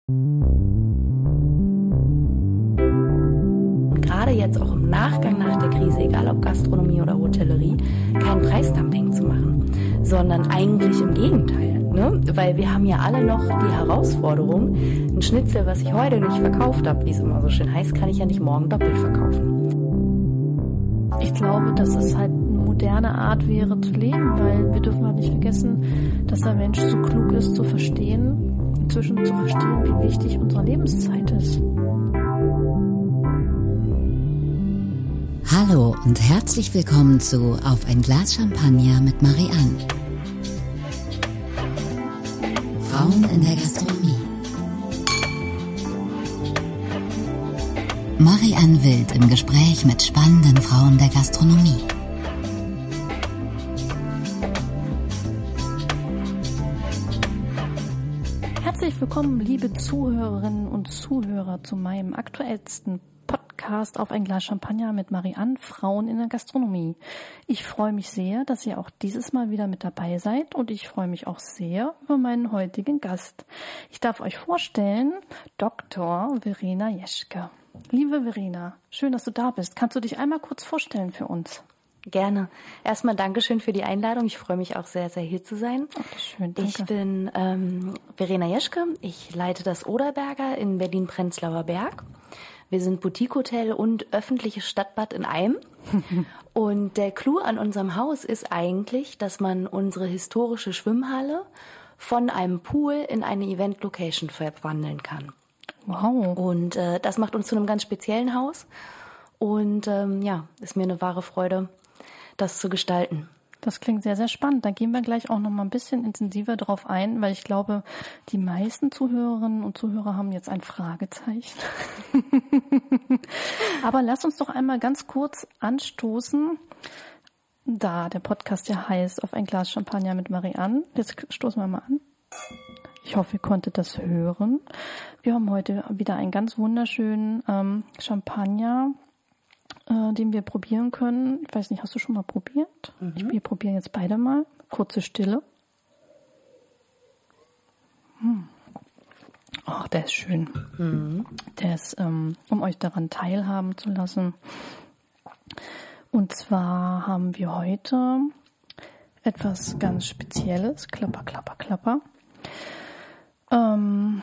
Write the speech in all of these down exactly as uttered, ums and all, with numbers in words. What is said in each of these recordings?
Gerade jetzt auch im Nachgang nach der Krise, egal ob Gastronomie oder Hotellerie, kein Preisdumping zu machen, sondern eigentlich im Gegenteil. Ne? Weil wir haben ja alle noch die Herausforderung, ein Schnitzel, was ich heute nicht verkauft habe, wie es immer so schön heißt, kann ich ja nicht morgen doppelt verkaufen. Ich glaube, dass es halt eine moderne Art wäre zu leben, weil wir dürfen halt nicht vergessen, dass der Mensch so klug ist, zu verstehen, inzwischen zu verstehen, wie wichtig unsere Lebenszeit ist. Hallo und herzlich willkommen zu Auf ein Glas Champagner mit Marianne. Frauen in der Gastronomie. Marianne Wild im Gespräch mit spannenden Frauen der Gastronomie. Herzlich willkommen, liebe Zuhörerinnen und Zuhörer, zu meinem aktuellsten Podcast Auf ein Glas Champagner mit Marianne, Frauen in der Gastronomie. Ich freue mich sehr, dass ihr auch dieses Mal wieder mit dabei seid und ich freue mich auch sehr über meinen heutigen Gast. Ich darf euch vorstellen, Doktor Verena Jeschke. Liebe Verena, schön, dass du da bist. Kannst du dich einmal kurz vorstellen für uns? Gerne. Erstmal Dankeschön für die Einladung. Ich freue mich auch sehr, sehr hier zu sein. Okay, schön, danke. Ich bin ähm, Verena Jeschke. Ich leite das Oderberger in Berlin-Prenzlauer Berg. Wir sind Boutique-Hotel und öffentliches Stadtbad in einem. Und der Clou an unserem Haus ist eigentlich, dass man unsere historische Schwimmhalle von einem Pool in eine Event-Location verwandeln kann. Wow. Und äh, das macht uns zu einem ganz speziellen Haus. Und ähm, ja, ist mir eine wahre Freude, das zu gestalten. Das klingt sehr, sehr spannend. Da gehen wir gleich auch noch mal ein bisschen intensiver drauf ein, weil ich glaube, die meisten Zuhörerinnen und Zuhörer haben jetzt ein Fragezeichen. Aber lass uns doch einmal ganz kurz anstoßen, da der Podcast ja heißt Auf ein Glas Champagner mit Marianne. Jetzt stoßen wir mal an. Ich hoffe, ihr konntet das hören. Wir haben heute wieder einen ganz wunderschönen ähm, Champagner, äh, den wir probieren können. Ich weiß nicht, hast du schon mal probiert? Mhm. Ich, wir probieren jetzt beide mal. Kurze Stille. Hm. Ach, der ist schön. Mhm. Der ist, ähm, um euch daran teilhaben zu lassen. Und zwar haben wir heute etwas ganz Spezielles. Klapper, klapper, klapper. Ähm,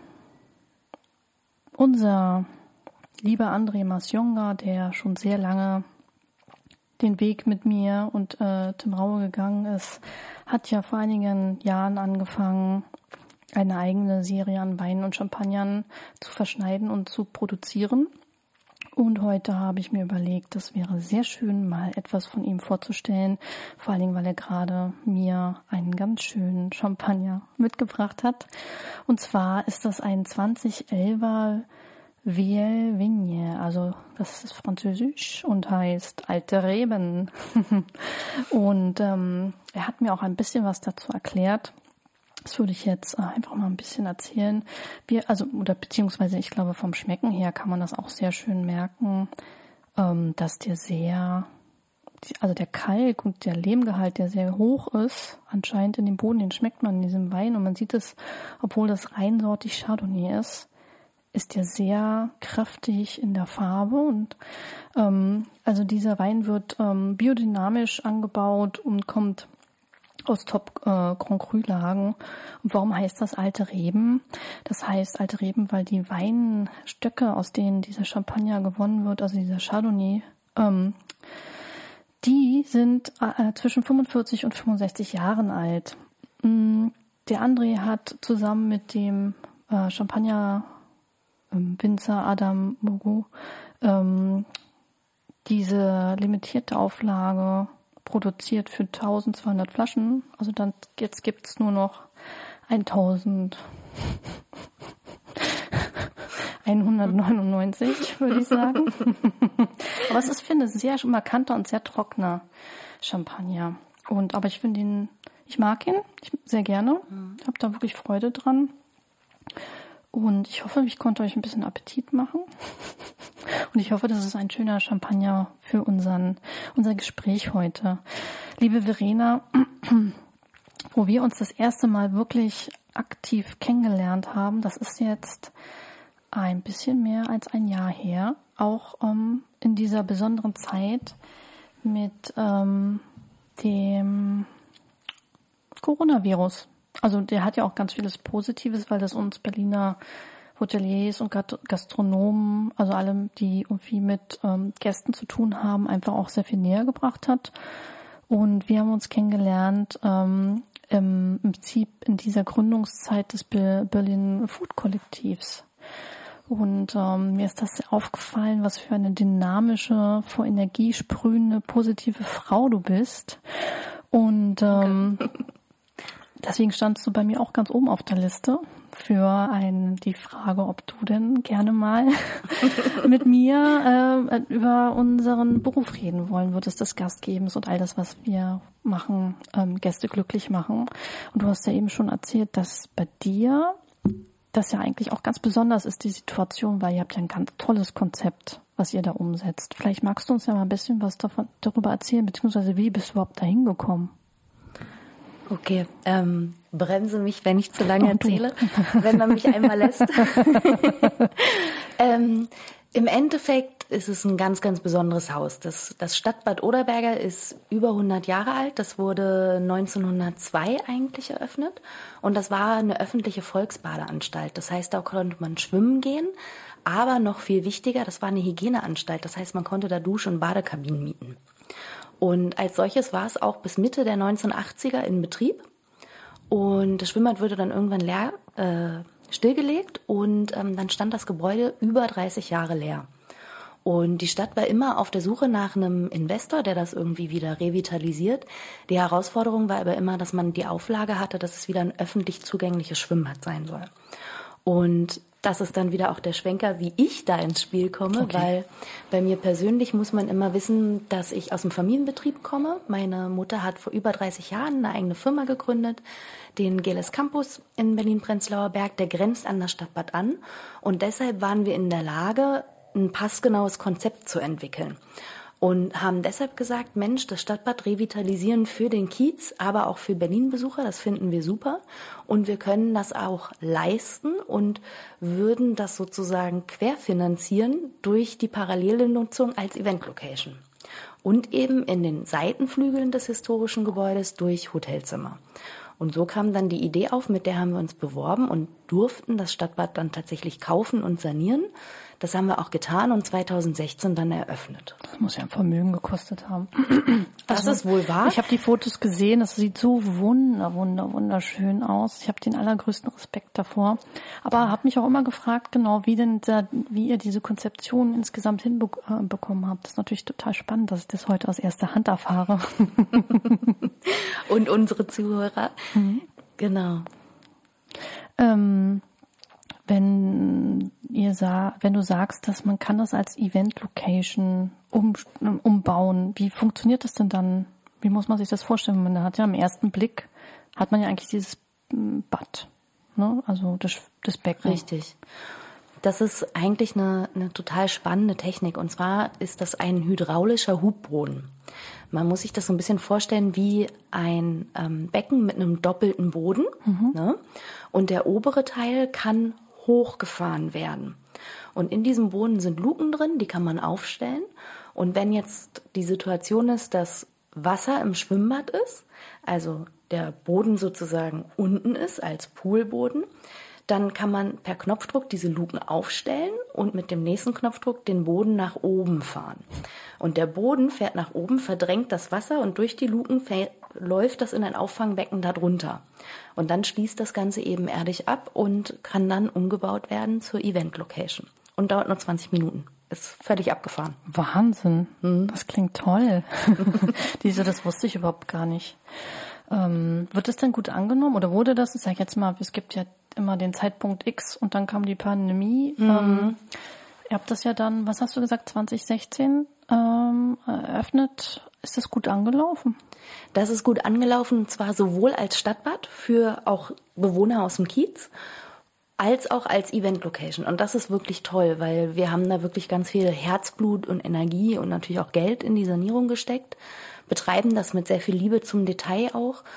unser lieber André Masjonga, der schon sehr lange den Weg mit mir und äh, Tim Raue gegangen ist, hat ja vor einigen Jahren angefangen, eine eigene Serie an Weinen und Champagnern zu verschneiden und zu produzieren. Und heute habe ich mir überlegt, das wäre sehr schön, mal etwas von ihm vorzustellen. Vor allen Dingen, weil er gerade mir einen ganz schönen Champagner mitgebracht hat. Und zwar ist das ein zwanzig elfer Vieille Vigne. Also das ist französisch und heißt Alte Reben. Und ähm, er hat mir auch ein bisschen was dazu erklärt. Das würde ich jetzt einfach mal ein bisschen erzählen. Wir, also, oder beziehungsweise ich glaube, vom Schmecken her kann man das auch sehr schön merken, ähm, dass der sehr, also der Kalk und der Lehmgehalt, der sehr hoch ist, anscheinend in dem Boden, den schmeckt man in diesem Wein. Und man sieht es, obwohl das reinsortig Chardonnay ist, ist der sehr kräftig in der Farbe. Und ähm, also dieser Wein wird ähm, biodynamisch angebaut und kommt aus Top äh, Grand Cru Lagen. Und warum heißt das alte Reben? Das heißt alte Reben, weil die Weinstöcke, aus denen dieser Champagner gewonnen wird, also dieser Chardonnay, ähm, die sind äh, zwischen fünfundvierzig und fünfundsechzig Jahren alt. Ähm, der André hat zusammen mit dem äh, Champagner ähm, Winzer Adam Mogu ähm, diese limitierte Auflage produziert für eintausendzweihundert Flaschen. Also dann jetzt gibt es nur noch eintausendeinhundertneunundneunzig, würde ich sagen. Aber es ist, finde ich, sehr markanter und sehr trockener Champagner. Und aber ich finde ihn, ich mag ihn ich, sehr gerne. Mhm. Habe da wirklich Freude dran. Und ich hoffe, ich konnte euch ein bisschen Appetit machen. Und ich hoffe, das ist ein schöner Champagner für unseren, unser Gespräch heute. Liebe Verena, wo wir uns das erste Mal wirklich aktiv kennengelernt haben, das ist jetzt ein bisschen mehr als ein Jahr her, auch ähm, in dieser besonderen Zeit mit ähm, dem Coronavirus. Also der hat ja auch ganz vieles Positives, weil das uns Berliner Hoteliers und Gastronomen, also alle, die irgendwie mit ähm, Gästen zu tun haben, einfach auch sehr viel näher gebracht hat. Und wir haben uns kennengelernt ähm, im, im Prinzip in dieser Gründungszeit des Berlin Food Kollektivs. Und ähm, mir ist das sehr aufgefallen, was für eine dynamische, vor Energie sprühende, positive Frau du bist. Und ähm, okay. Deswegen standst du bei mir auch ganz oben auf der Liste für ein, die Frage, ob du denn gerne mal mit mir äh, über unseren Beruf reden wollen würdest, des Gastgebens und all das, was wir machen, ähm, Gäste glücklich machen. Und du hast ja eben schon erzählt, dass bei dir das ja eigentlich auch ganz besonders ist, die Situation, weil ihr habt ja ein ganz tolles Konzept, was ihr da umsetzt. Vielleicht magst du uns ja mal ein bisschen was davon, darüber erzählen, beziehungsweise wie bist du überhaupt dahin gekommen? Okay, ähm, bremse mich, wenn ich zu lange oh, erzähle, wenn man mich einmal lässt. ähm, Im Endeffekt ist es ein ganz, ganz besonderes Haus. Das, das Stadtbad Oderberger ist über hundert Jahre alt. Das wurde neunzehnhundertzwei eigentlich eröffnet. Und das war eine öffentliche Volksbadeanstalt. Das heißt, da konnte man schwimmen gehen. Aber noch viel wichtiger, das war eine Hygieneanstalt. Das heißt, man konnte da Dusch- und Badekabinen mieten. Und als solches war es auch bis Mitte der neunzehnhundertachtziger in Betrieb. Und das Schwimmbad wurde dann irgendwann leer äh, stillgelegt und ähm, dann stand das Gebäude über dreißig Jahre leer. Und die Stadt war immer auf der Suche nach einem Investor, der das irgendwie wieder revitalisiert. Die Herausforderung war aber immer, dass man die Auflage hatte, dass es wieder ein öffentlich zugängliches Schwimmbad sein soll. Und das ist dann wieder auch der Schwenker, wie ich da ins Spiel komme, okay. Weil bei mir persönlich muss man immer wissen, dass ich aus dem Familienbetrieb komme. Meine Mutter hat vor über dreißig Jahren eine eigene Firma gegründet, den Geles Campus in Berlin-Prenzlauer Berg, der grenzt an das Stadtbad an. Und deshalb waren wir in der Lage, ein passgenaues Konzept zu entwickeln. Und haben deshalb gesagt, Mensch, das Stadtbad revitalisieren für den Kiez, aber auch für Berlin-Besucher, das finden wir super. Und wir können das auch leisten und würden das sozusagen querfinanzieren durch die parallele Nutzung als Event-Location. Und eben in den Seitenflügeln des historischen Gebäudes durch Hotelzimmer. Und so kam dann die Idee auf, mit der haben wir uns beworben und durften das Stadtbad dann tatsächlich kaufen und sanieren. Das haben wir auch getan und zweitausendsechzehn dann eröffnet. Das muss ja ein Vermögen gekostet haben. Das also, ist wohl wahr. Ich habe die Fotos gesehen, das sieht so wunder, wunder, wunderschön aus. Ich habe den allergrößten Respekt davor. Aber habe mich auch immer gefragt, genau, wie denn da, wie ihr diese Konzeption insgesamt hinbekommen habt. Das ist natürlich total spannend, dass ich das heute aus erster Hand erfahre. Und unsere Zuhörer. Mhm. Genau. Ähm, wenn ihr sa- wenn du sagst, dass man kann das als Event-Location um, umbauen, wie funktioniert das denn dann? Wie muss man sich das vorstellen? Man hat ja am ersten Blick, hat man ja eigentlich dieses Bad, ne? Also das, das Becken. Richtig. Das ist eigentlich eine, eine total spannende Technik. Und zwar ist das ein hydraulischer Hubboden. Man muss sich das so ein bisschen vorstellen wie ein ähm, Becken mit einem doppelten Boden. Mhm. Ne? Und der obere Teil kann hochgefahren werden. Und in diesem Boden sind Luken drin, die kann man aufstellen. Und wenn jetzt die Situation ist, dass Wasser im Schwimmbad ist, also der Boden sozusagen unten ist als Poolboden, dann kann man per Knopfdruck diese Luken aufstellen und mit dem nächsten Knopfdruck den Boden nach oben fahren. Und der Boden fährt nach oben, verdrängt das Wasser und durch die Luken fährt, läuft das in ein Auffangbecken darunter. Und dann schließt das Ganze ebenerdig ab und kann dann umgebaut werden zur Event-Location. Und dauert nur zwanzig Minuten. Ist völlig abgefahren. Wahnsinn. Mhm. Das klingt toll. Diese, das wusste ich überhaupt gar nicht. Ähm, wird es denn gut angenommen oder wurde das, ich sag jetzt mal, es gibt ja immer den Zeitpunkt X und dann kam die Pandemie. Mhm. Ähm, ihr habt das ja dann, was hast du gesagt, zwanzig sechzehn ähm, eröffnet. Ist das gut angelaufen? Das ist gut angelaufen, und zwar sowohl als Stadtbad für auch Bewohner aus dem Kiez, als auch als Event-Location. Und das ist wirklich toll, weil wir haben da wirklich ganz viel Herzblut und Energie und natürlich auch Geld in die Sanierung gesteckt, betreiben das mit sehr viel Liebe zum Detail auch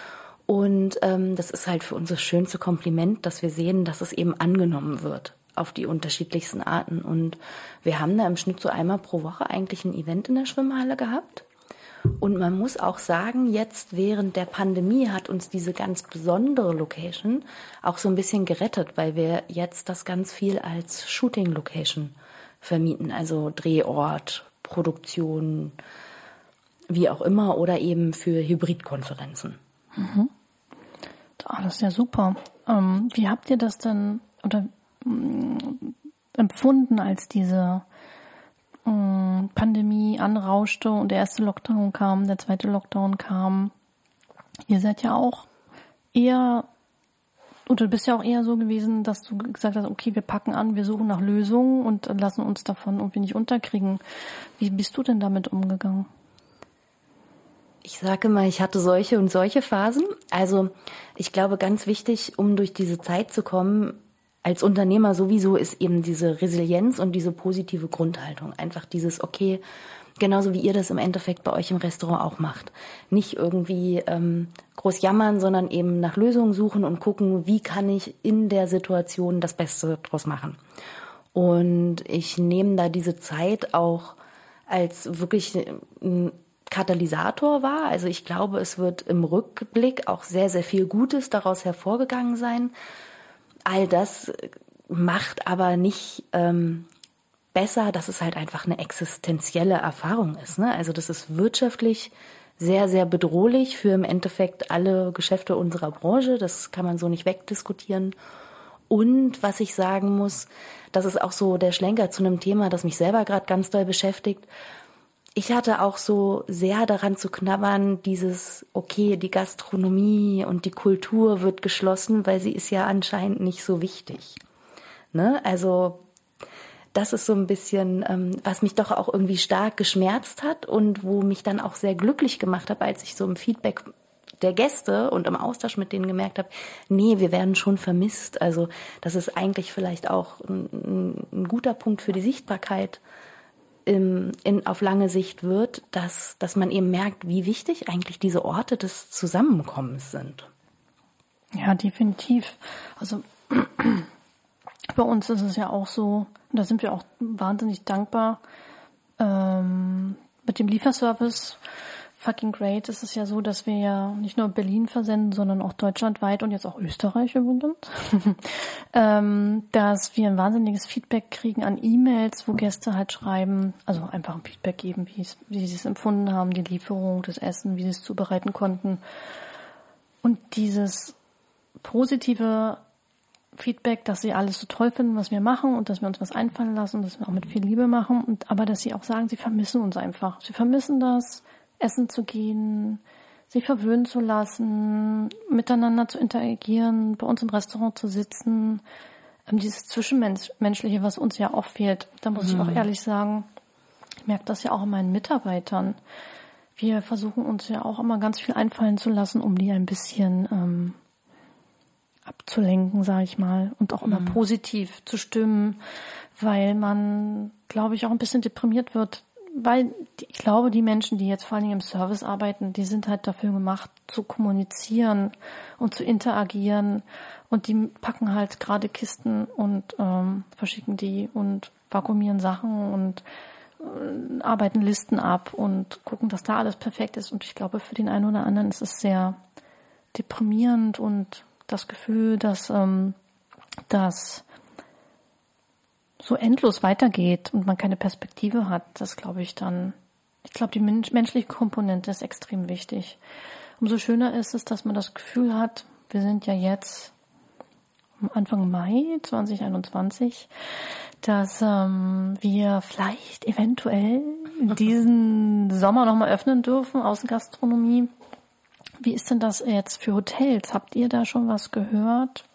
Und ähm, das ist halt für uns das schönste Kompliment, dass wir sehen, dass es eben angenommen wird auf die unterschiedlichsten Arten. Und wir haben da im Schnitt so einmal pro Woche eigentlich ein Event in der Schwimmhalle gehabt. Und man muss auch sagen, jetzt während der Pandemie hat uns diese ganz besondere Location auch so ein bisschen gerettet, weil wir jetzt das ganz viel als Shooting-Location vermieten, also Drehort, Produktion, wie auch immer, oder eben für Hybridkonferenzen. Mhm. Ah, das ist ja super. Ähm, wie habt ihr das denn oder mh, empfunden, als diese mh, Pandemie anrauschte und der erste Lockdown kam, der zweite Lockdown kam? Ihr seid ja auch eher, oder du bist ja auch eher so gewesen, dass du gesagt hast, okay, wir packen an, wir suchen nach Lösungen und lassen uns davon irgendwie nicht unterkriegen. Wie bist du denn damit umgegangen? Ich sage mal, ich hatte solche und solche Phasen. Also ich glaube, ganz wichtig, um durch diese Zeit zu kommen, als Unternehmer sowieso, ist eben diese Resilienz und diese positive Grundhaltung. Einfach dieses, okay, genauso wie ihr das im Endeffekt bei euch im Restaurant auch macht. Nicht irgendwie ähm, groß jammern, sondern eben nach Lösungen suchen und gucken, wie kann ich in der Situation das Beste draus machen. Und ich nehme da diese Zeit auch als wirklich ein Katalysator war. Also ich glaube, es wird im Rückblick auch sehr, sehr viel Gutes daraus hervorgegangen sein. All das macht aber nicht ähm, besser, dass es halt einfach eine existenzielle Erfahrung ist. Ne? Also das ist wirtschaftlich sehr, sehr bedrohlich für im Endeffekt alle Geschäfte unserer Branche. Das kann man so nicht wegdiskutieren. Und was ich sagen muss, das ist auch so der Schlenker zu einem Thema, das mich selber gerade ganz doll beschäftigt. Ich hatte auch so sehr daran zu knabbern, dieses, okay, die Gastronomie und die Kultur wird geschlossen, weil sie ist ja anscheinend nicht so wichtig. Ne? Also das ist so ein bisschen, ähm, was mich doch auch irgendwie stark geschmerzt hat und wo mich dann auch sehr glücklich gemacht habe, als ich so im Feedback der Gäste und im Austausch mit denen gemerkt habe, nee, wir werden schon vermisst. Also das ist eigentlich vielleicht auch ein, ein guter Punkt für die Sichtbarkeit In, in, auf lange Sicht wird, dass, dass man eben merkt, wie wichtig eigentlich diese Orte des Zusammenkommens sind. Ja, definitiv. Also bei uns ist es ja auch so, und da sind wir auch wahnsinnig dankbar, ähm, mit dem Lieferservice Fucking Great ist es ja so, dass wir ja nicht nur Berlin versenden, sondern auch deutschlandweit und jetzt auch Österreich übrigens, ähm, dass wir ein wahnsinniges Feedback kriegen an E-Mails, wo Gäste halt schreiben, also einfach ein Feedback geben, wie, es, wie sie es empfunden haben, die Lieferung, das Essen, wie sie es zubereiten konnten. Und dieses positive Feedback, dass sie alles so toll finden, was wir machen und dass wir uns was einfallen lassen, dass wir auch mit viel Liebe machen, und aber dass sie auch sagen, sie vermissen uns einfach. Sie vermissen das, essen zu gehen, sich verwöhnen zu lassen, miteinander zu interagieren, bei uns im Restaurant zu sitzen, ähm, dieses Zwischenmenschliche, was uns ja auch fehlt. Da muss mhm. ich auch ehrlich sagen, ich merke das ja auch an meinen Mitarbeitern. Wir versuchen uns ja auch immer ganz viel einfallen zu lassen, um die ein bisschen ähm, abzulenken, sage ich mal, und auch immer mhm. positiv zu stimmen, weil man, glaube ich, auch ein bisschen deprimiert wird. Weil ich glaube, die Menschen, die jetzt vor allen Dingen im Service arbeiten, die sind halt dafür gemacht, zu kommunizieren und zu interagieren. Und die packen halt gerade Kisten und ähm, verschicken die und vakuumieren Sachen und äh, arbeiten Listen ab und gucken, dass da alles perfekt ist. Und ich glaube, für den einen oder anderen ist es sehr deprimierend und das Gefühl, dass ähm, das so endlos weitergeht und man keine Perspektive hat, das glaube ich dann, ich glaube, die mensch- menschliche Komponente ist extrem wichtig. Umso schöner ist es, dass man das Gefühl hat, wir sind ja jetzt Anfang Mai zwanzig einundzwanzig, dass ähm, wir vielleicht eventuell diesen Sommer nochmal öffnen dürfen, Außengastronomie. Wie ist denn das jetzt für Hotels? Habt ihr da schon was gehört?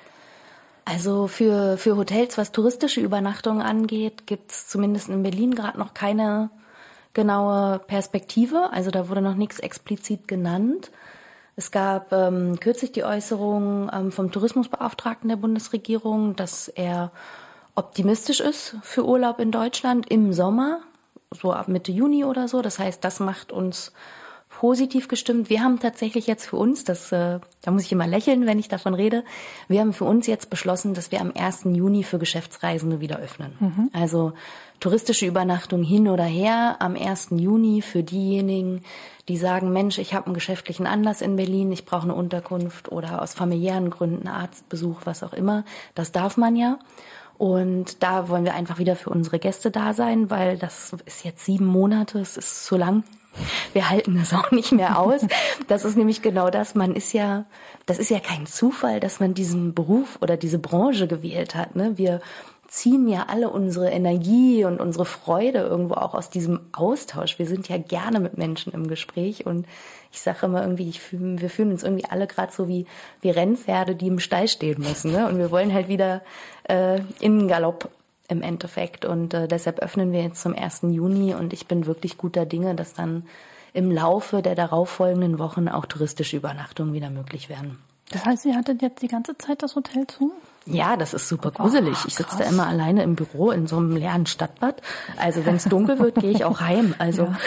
Also für, für Hotels, was touristische Übernachtungen angeht, gibt's zumindest in Berlin gerade noch keine genaue Perspektive. Also da wurde noch nichts explizit genannt. Es gab ähm, kürzlich die Äußerung ähm, vom Tourismusbeauftragten der Bundesregierung, dass er optimistisch ist für Urlaub in Deutschland im Sommer, so ab Mitte Juni oder so. Das heißt, das macht uns positiv gestimmt. Wir haben tatsächlich jetzt für uns, das, äh, da muss ich immer lächeln, wenn ich davon rede, wir haben für uns jetzt beschlossen, dass wir am ersten Juni für Geschäftsreisende wieder öffnen. Mhm. Also touristische Übernachtung hin oder her am ersten Juni für diejenigen, die sagen, Mensch, ich habe einen geschäftlichen Anlass in Berlin, ich brauche eine Unterkunft oder aus familiären Gründen Arztbesuch, was auch immer. Das darf man ja. Und da wollen wir einfach wieder für unsere Gäste da sein, weil das ist jetzt sieben Monate, es ist zu lang. Wir halten das auch nicht mehr aus. Das ist nämlich genau das, man ist ja, das ist ja kein Zufall, dass man diesen Beruf oder diese Branche gewählt hat, ne? Wir ziehen ja alle unsere Energie und unsere Freude irgendwo auch aus diesem Austausch. Wir sind ja gerne mit Menschen im Gespräch und ich sage immer irgendwie, ich fühl, wir fühlen uns irgendwie alle gerade so wie, wie Rennpferde, die im Stall stehen müssen, ne? Und wir wollen halt wieder äh, in den Galopp im Endeffekt und äh, deshalb öffnen wir jetzt zum ersten Juni und ich bin wirklich guter Dinge, dass dann im Laufe der darauffolgenden Wochen auch touristische Übernachtungen wieder möglich werden. Das heißt, ihr hattet jetzt die ganze Zeit das Hotel zu? Ja, das ist super gruselig. Ich sitze da immer alleine im Büro in so einem leeren Stadtbad. Also wenn es dunkel wird, gehe ich auch heim. Also ja.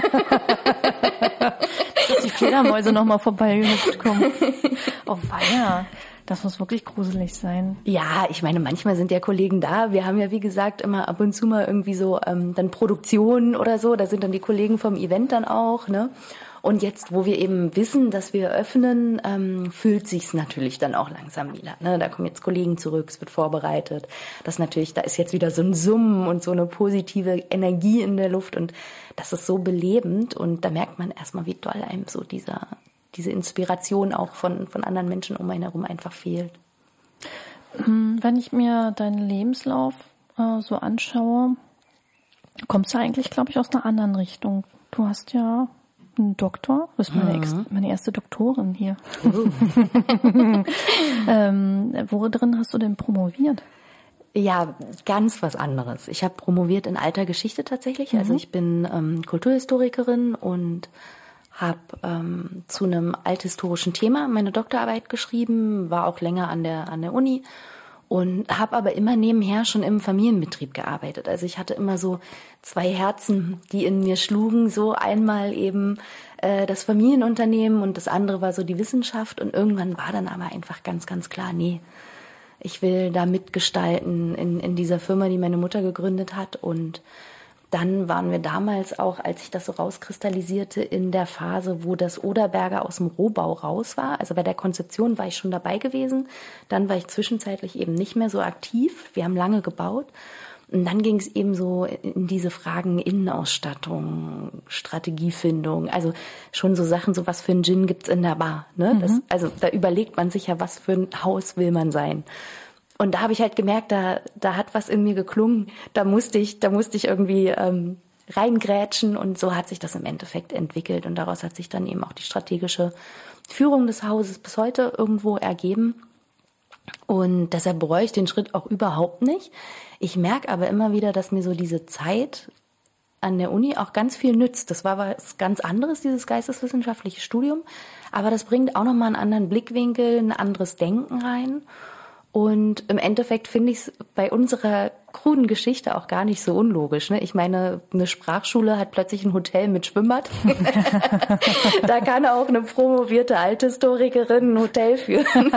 Dass die Fledermäuse noch mal vorbeigehüpft kommen. Oh weia, das muss wirklich gruselig sein. Ja, ich meine, manchmal sind ja Kollegen da. Wir haben ja, wie gesagt, immer ab und zu mal irgendwie so ähm, dann Produktionen oder so. Da sind dann die Kollegen vom Event dann auch, ne? Und jetzt, wo wir eben wissen, dass wir öffnen, ähm, fühlt sich's natürlich dann auch langsam wieder. Ne? Da kommen jetzt Kollegen zurück, es wird vorbereitet. Das natürlich, da ist jetzt wieder so ein Summen und so eine positive Energie in der Luft und das ist so belebend und da merkt man erstmal, wie doll einem so dieser, diese Inspiration auch von, von anderen Menschen um einen herum einfach fehlt. Wenn ich mir deinen Lebenslauf äh, so anschaue, kommst du eigentlich, glaube ich, aus einer anderen Richtung. Du hast ja ein Doktor, das ist meine, Ex, meine erste Doktorin hier. Uh. ähm, wo drin hast du denn promoviert? Ja, ganz was anderes. Ich habe promoviert in alter Geschichte tatsächlich. Mhm. Also ich bin ähm, Kulturhistorikerin und habe ähm, zu einem althistorischen Thema meine Doktorarbeit geschrieben, war auch länger an der an der Uni. Und habe aber immer nebenher schon im Familienbetrieb gearbeitet. Also ich hatte immer so zwei Herzen, die in mir schlugen. So einmal eben äh, das Familienunternehmen und das andere war so die Wissenschaft. Und irgendwann war dann aber einfach ganz, ganz klar, nee, ich will da mitgestalten in, in dieser Firma, die meine Mutter gegründet hat. Und dann waren wir damals auch, als sich das so rauskristallisierte, in der Phase, wo das Oderberger aus dem Rohbau raus war. Also bei der Konzeption war ich schon dabei gewesen. Dann war ich zwischenzeitlich eben nicht mehr so aktiv. Wir haben lange gebaut. Und dann ging es eben so in diese Fragen Innenausstattung, Strategiefindung. Also schon so Sachen, so was für ein Gin gibt's in der Bar. Ne? Das, also da überlegt man sich ja, was für ein Haus will man sein. Und da habe ich halt gemerkt, da, da hat was in mir geklungen. Da musste ich, da musste ich irgendwie ähm, reingrätschen und so hat sich das im Endeffekt entwickelt. Und daraus hat sich dann eben auch die strategische Führung des Hauses bis heute irgendwo ergeben. Und deshalb bereue ich den Schritt auch überhaupt nicht. Ich merke aber immer wieder, dass mir so diese Zeit an der Uni auch ganz viel nützt. Das war was ganz anderes, dieses geisteswissenschaftliche Studium. Aber das bringt auch nochmal einen anderen Blickwinkel, ein anderes Denken rein. Und im Endeffekt finde ich es bei unserer kruden Geschichte auch gar nicht so unlogisch. Ne? Ich meine, eine Sprachschule hat plötzlich ein Hotel mit Schwimmbad. Da kann auch eine promovierte Althistorikerin ein Hotel führen.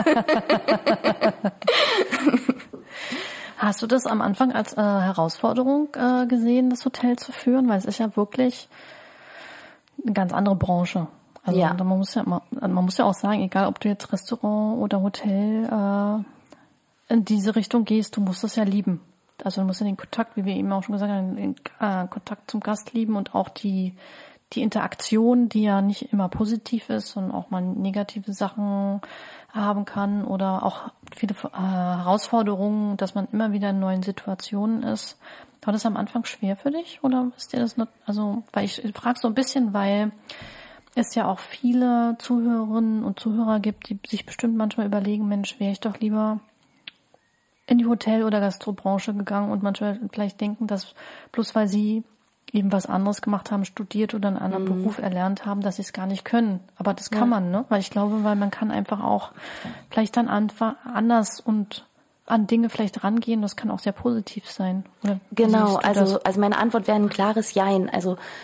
Hast du das am Anfang als äh, Herausforderung äh, gesehen, das Hotel zu führen? Weil es ist ja wirklich eine ganz andere Branche. Also ja. man muss ja, man muss ja auch sagen, egal ob du jetzt Restaurant oder Hotel äh, in diese Richtung gehst, du musst es ja lieben. Also du musst ja den Kontakt, wie wir eben auch schon gesagt haben, den äh, Kontakt zum Gast lieben und auch die die Interaktion, die ja nicht immer positiv ist und auch mal negative Sachen haben kann oder auch viele äh, Herausforderungen, dass man immer wieder in neuen Situationen ist. War das am Anfang schwer für dich oder ist dir das nicht, also, weil ich frage so ein bisschen, weil es ja auch viele Zuhörerinnen und Zuhörer gibt, die sich bestimmt manchmal überlegen, Mensch, wäre ich doch lieber in die Hotel- oder Gastrobranche gegangen und manchmal vielleicht denken, dass bloß weil sie eben was anderes gemacht haben, studiert oder einen anderen mhm. Beruf erlernt haben, dass sie es gar nicht können. Aber das kann ja. man, ne? Weil ich glaube, weil man kann einfach auch vielleicht dann anders und an Dinge vielleicht rangehen. Das kann auch sehr positiv sein. Oder genau, also, also meine Antwort wäre ein klares Jein. Also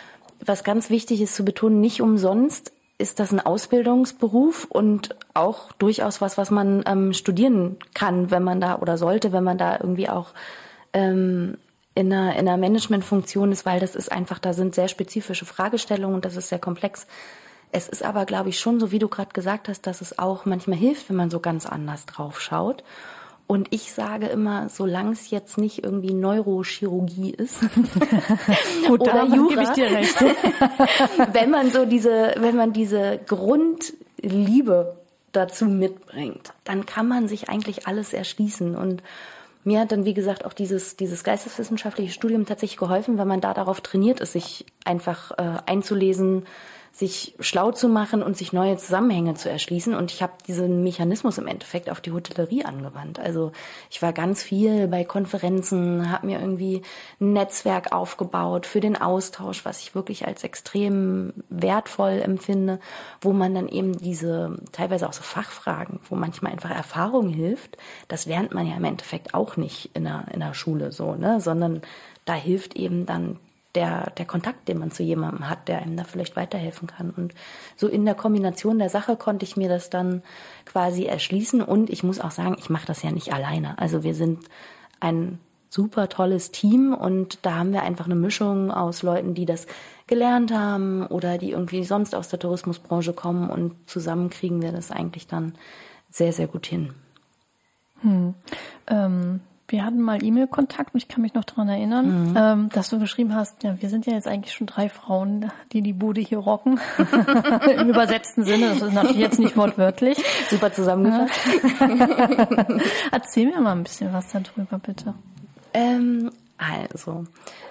was ganz wichtig ist zu betonen, nicht umsonst ist das ein Ausbildungsberuf und auch durchaus was, was man ähm, studieren kann, wenn man da oder sollte, wenn man da irgendwie auch ähm, in einer, in einer Managementfunktion ist, weil das ist einfach, da sind sehr spezifische Fragestellungen und das ist sehr komplex. Es ist aber, glaube ich, schon so, wie du gerade gesagt hast, dass es auch manchmal hilft, wenn man so ganz anders drauf schaut. Und ich sage immer, solange es jetzt nicht irgendwie Neurochirurgie ist Gut, oder da Jura, gebe ich dir recht. wenn man so diese, wenn man diese Grundliebe dazu mitbringt, dann kann man sich eigentlich alles erschließen. Und mir hat dann, wie gesagt, auch dieses, dieses geisteswissenschaftliche Studium tatsächlich geholfen, weil man da darauf trainiert ist, sich einfach äh, einzulesen, sich schlau zu machen und sich neue Zusammenhänge zu erschließen. Und ich habe diesen Mechanismus im Endeffekt auf die Hotellerie angewandt. Also ich war ganz viel bei Konferenzen, habe mir irgendwie ein Netzwerk aufgebaut für den Austausch, was ich wirklich als extrem wertvoll empfinde, wo man dann eben diese teilweise auch so Fachfragen, wo manchmal einfach Erfahrung hilft, das lernt man ja im Endeffekt auch nicht in der, in der Schule so, ne, sondern da hilft eben dann der, der Kontakt, den man zu jemandem hat, der einem da vielleicht weiterhelfen kann. Und so in der Kombination der Sache konnte ich mir das dann quasi erschließen. Und ich muss auch sagen, ich mache das ja nicht alleine. Also wir sind ein super tolles Team und da haben wir einfach eine Mischung aus Leuten, die das gelernt haben oder die irgendwie sonst aus der Tourismusbranche kommen und zusammen kriegen wir das eigentlich dann sehr, sehr gut hin. Hm. Ähm. Wir hatten mal E-Mail-Kontakt und ich kann mich noch daran erinnern, mhm. ähm, dass du geschrieben hast, ja, wir sind ja jetzt eigentlich schon drei Frauen, die die Bude hier rocken. Im übersetzten Sinne, das ist natürlich jetzt nicht wortwörtlich. Super zusammengefasst. Erzähl mir mal ein bisschen was darüber, bitte. Ähm, also,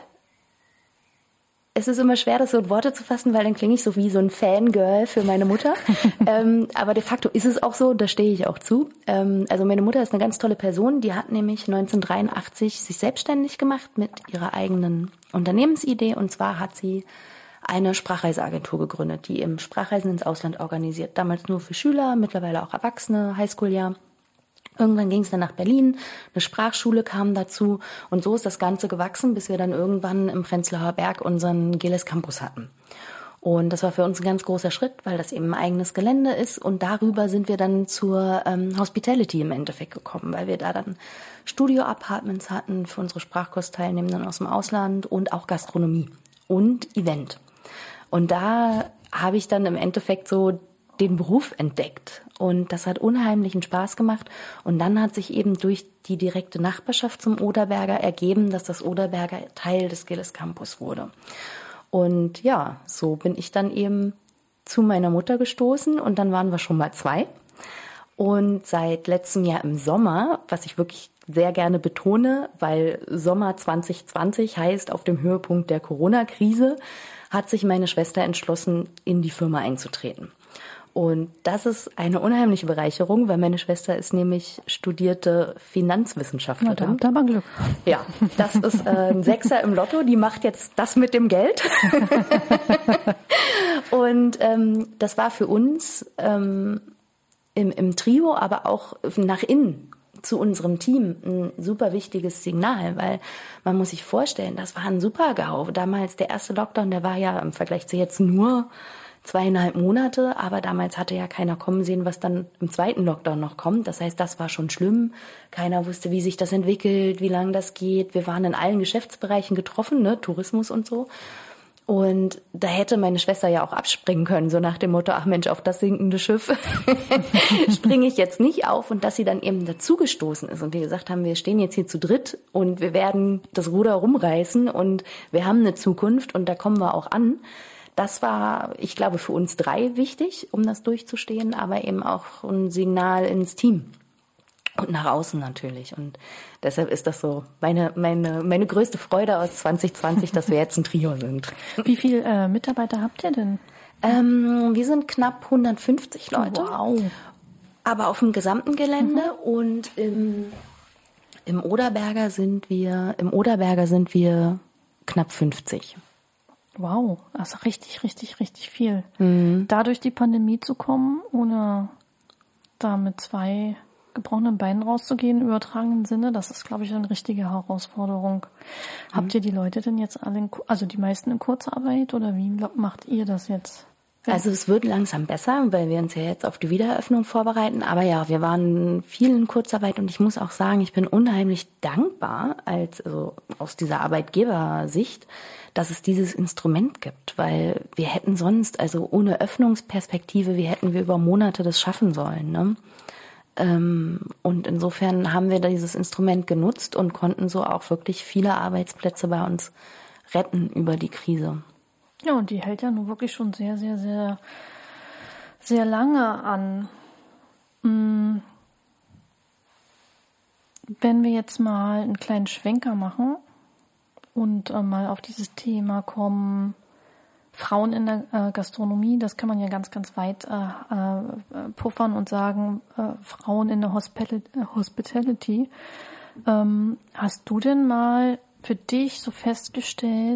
es ist immer schwer, das so in Worte zu fassen, weil dann klinge ich so wie so ein Fangirl für meine Mutter. ähm, aber de facto ist es auch so, da stehe ich auch zu. Ähm, also meine Mutter ist eine ganz tolle Person, die hat nämlich neunzehnhundertdreiundachtzig sich selbstständig gemacht mit ihrer eigenen Unternehmensidee. Und zwar hat sie eine Sprachreiseagentur gegründet, die eben Sprachreisen ins Ausland organisiert. Damals nur für Schüler, mittlerweile auch Erwachsene, Highschool-Jahr. Irgendwann ging es dann nach Berlin, eine Sprachschule kam dazu und so ist das Ganze gewachsen, bis wir dann irgendwann im Prenzlauer Berg unseren Geles Campus hatten. Und das war für uns ein ganz großer Schritt, weil das eben ein eigenes Gelände ist und darüber sind wir dann zur ähm, Hospitality im Endeffekt gekommen, weil wir da dann Studio-Apartments hatten für unsere Sprachkursteilnehmenden aus dem Ausland und auch Gastronomie und Event. Und da habe ich dann im Endeffekt so den Beruf entdeckt und das hat unheimlichen Spaß gemacht und dann hat sich eben durch die direkte Nachbarschaft zum Oderberger ergeben, dass das Oderberger Teil des Geles Campus wurde. Und ja, so bin ich dann eben zu meiner Mutter gestoßen und dann waren wir schon mal zwei und seit letztem Jahr im Sommer, was ich wirklich sehr gerne betone, weil Sommer zwanzig zwanzig heißt auf dem Höhepunkt der Corona-Krise, hat sich meine Schwester entschlossen, in die Firma einzutreten. Und das ist eine unheimliche Bereicherung, weil meine Schwester ist nämlich studierte Finanzwissenschaftlerin. Na, da habt ihr aber Glück. Ja, das ist äh, ein Sechser im Lotto, die macht jetzt das mit dem Geld. Und ähm, das war für uns ähm, im, im Trio, aber auch nach innen zu unserem Team ein super wichtiges Signal, weil man muss sich vorstellen, das war ein Super-GAU. Damals der erste Lockdown, der war ja im Vergleich zu jetzt nur zweieinhalb Monate, aber damals hatte ja keiner kommen sehen, was dann im zweiten Lockdown noch kommt. Das heißt, das war schon schlimm. Keiner wusste, wie sich das entwickelt, wie lange das geht. Wir waren in allen Geschäftsbereichen getroffen, ne, Tourismus und so. Und da hätte meine Schwester ja auch abspringen können, so nach dem Motto, ach Mensch, auf das sinkende Schiff springe ich jetzt nicht auf. Und dass sie dann eben dazugestoßen ist und wir gesagt haben, wir stehen jetzt hier zu dritt und wir werden das Ruder rumreißen und wir haben eine Zukunft und da kommen wir auch an. Das war, ich glaube, für uns drei wichtig, um das durchzustehen, aber eben auch ein Signal ins Team und nach außen natürlich. Und deshalb ist das so meine meine meine größte Freude aus zwanzig zwanzig, dass wir jetzt ein Trio sind. Wie viele äh, Mitarbeiter habt ihr denn? Ähm, wir sind knapp hundertfünfzig Leute, wow. Aber auf dem gesamten Gelände mhm. und im, im Oderberger sind wir im Oderberger sind wir knapp fünfzig. Wow, also richtig, richtig, richtig viel. Mhm. Da durch die Pandemie zu kommen, ohne da mit zwei gebrochenen Beinen rauszugehen, im übertragenen Sinne, das ist, glaube ich, eine richtige Herausforderung. Mhm. Habt ihr die Leute denn jetzt alle, in, also die meisten in Kurzarbeit oder wie macht ihr das jetzt? Also es wird langsam besser, weil wir uns ja jetzt auf die Wiedereröffnung vorbereiten. Aber ja, wir waren viel in Kurzarbeit und ich muss auch sagen, ich bin unheimlich dankbar als also aus dieser Arbeitgebersicht, dass es dieses Instrument gibt, weil wir hätten sonst, also ohne Öffnungsperspektive, wie hätten wir über Monate das schaffen sollen, ne? Ähm, und insofern haben wir dieses Instrument genutzt und konnten so auch wirklich viele Arbeitsplätze bei uns retten über die Krise. Ja, und die hält ja nun wirklich schon sehr, sehr, sehr, sehr lange an. Wenn wir jetzt mal einen kleinen Schwenker machen und äh, mal auf dieses Thema kommen, Frauen in der äh, Gastronomie, das kann man ja ganz, ganz weit äh, äh, puffern und sagen, äh, Frauen in der Hospitali- Hospitality. Ähm, hast du denn mal für dich so festgestellt,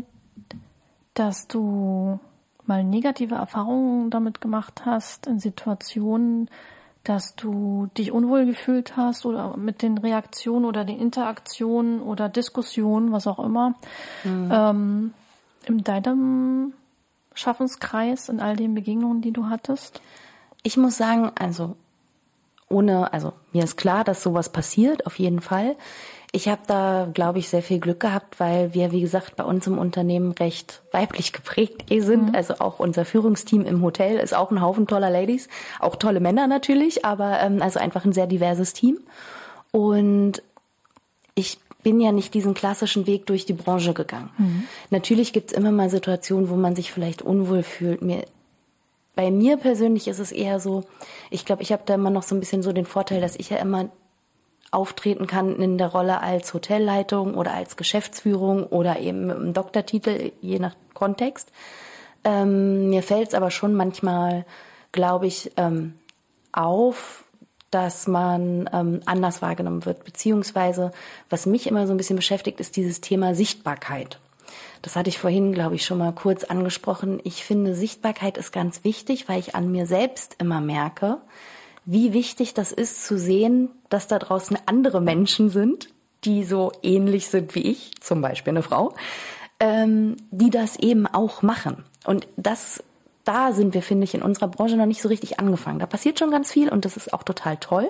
dass du mal negative Erfahrungen damit gemacht hast in Situationen, dass du dich unwohl gefühlt hast oder mit den Reaktionen oder den Interaktionen oder Diskussionen, was auch immer, mhm. ähm, in deinem Schaffenskreis, in all den Begegnungen, die du hattest? Ich muss sagen, also ohne, also mir ist klar, dass sowas passiert, auf jeden Fall. Ich habe da, glaube ich, sehr viel Glück gehabt, weil wir, wie gesagt, bei uns im Unternehmen recht weiblich geprägt sind. Mhm. Also auch unser Führungsteam im Hotel ist auch ein Haufen toller Ladies, auch tolle Männer natürlich, aber ähm, also einfach ein sehr diverses Team. Und ich bin ja nicht diesen klassischen Weg durch die Branche gegangen. Mhm. Natürlich gibt's immer mal Situationen, wo man sich vielleicht unwohl fühlt. Mir Bei mir persönlich ist es eher so, ich glaube, ich habe da immer noch so ein bisschen so den Vorteil, dass ich ja immer auftreten kann in der Rolle als Hotelleitung oder als Geschäftsführung oder eben mit einem Doktortitel, je nach Kontext. Ähm, mir fällt es aber schon manchmal, glaube ich, ähm, auf, dass man ähm, anders wahrgenommen wird. Beziehungsweise, was mich immer so ein bisschen beschäftigt, ist dieses Thema Sichtbarkeit. Das hatte ich vorhin, glaube ich, schon mal kurz angesprochen. Ich finde, Sichtbarkeit ist ganz wichtig, weil ich an mir selbst immer merke, wie wichtig das ist zu sehen, dass da draußen andere Menschen sind, die so ähnlich sind wie ich, zum Beispiel eine Frau, ähm, die das eben auch machen. Und das, da sind wir, finde ich, in unserer Branche noch nicht so richtig angefangen. Da passiert schon ganz viel und das ist auch total toll.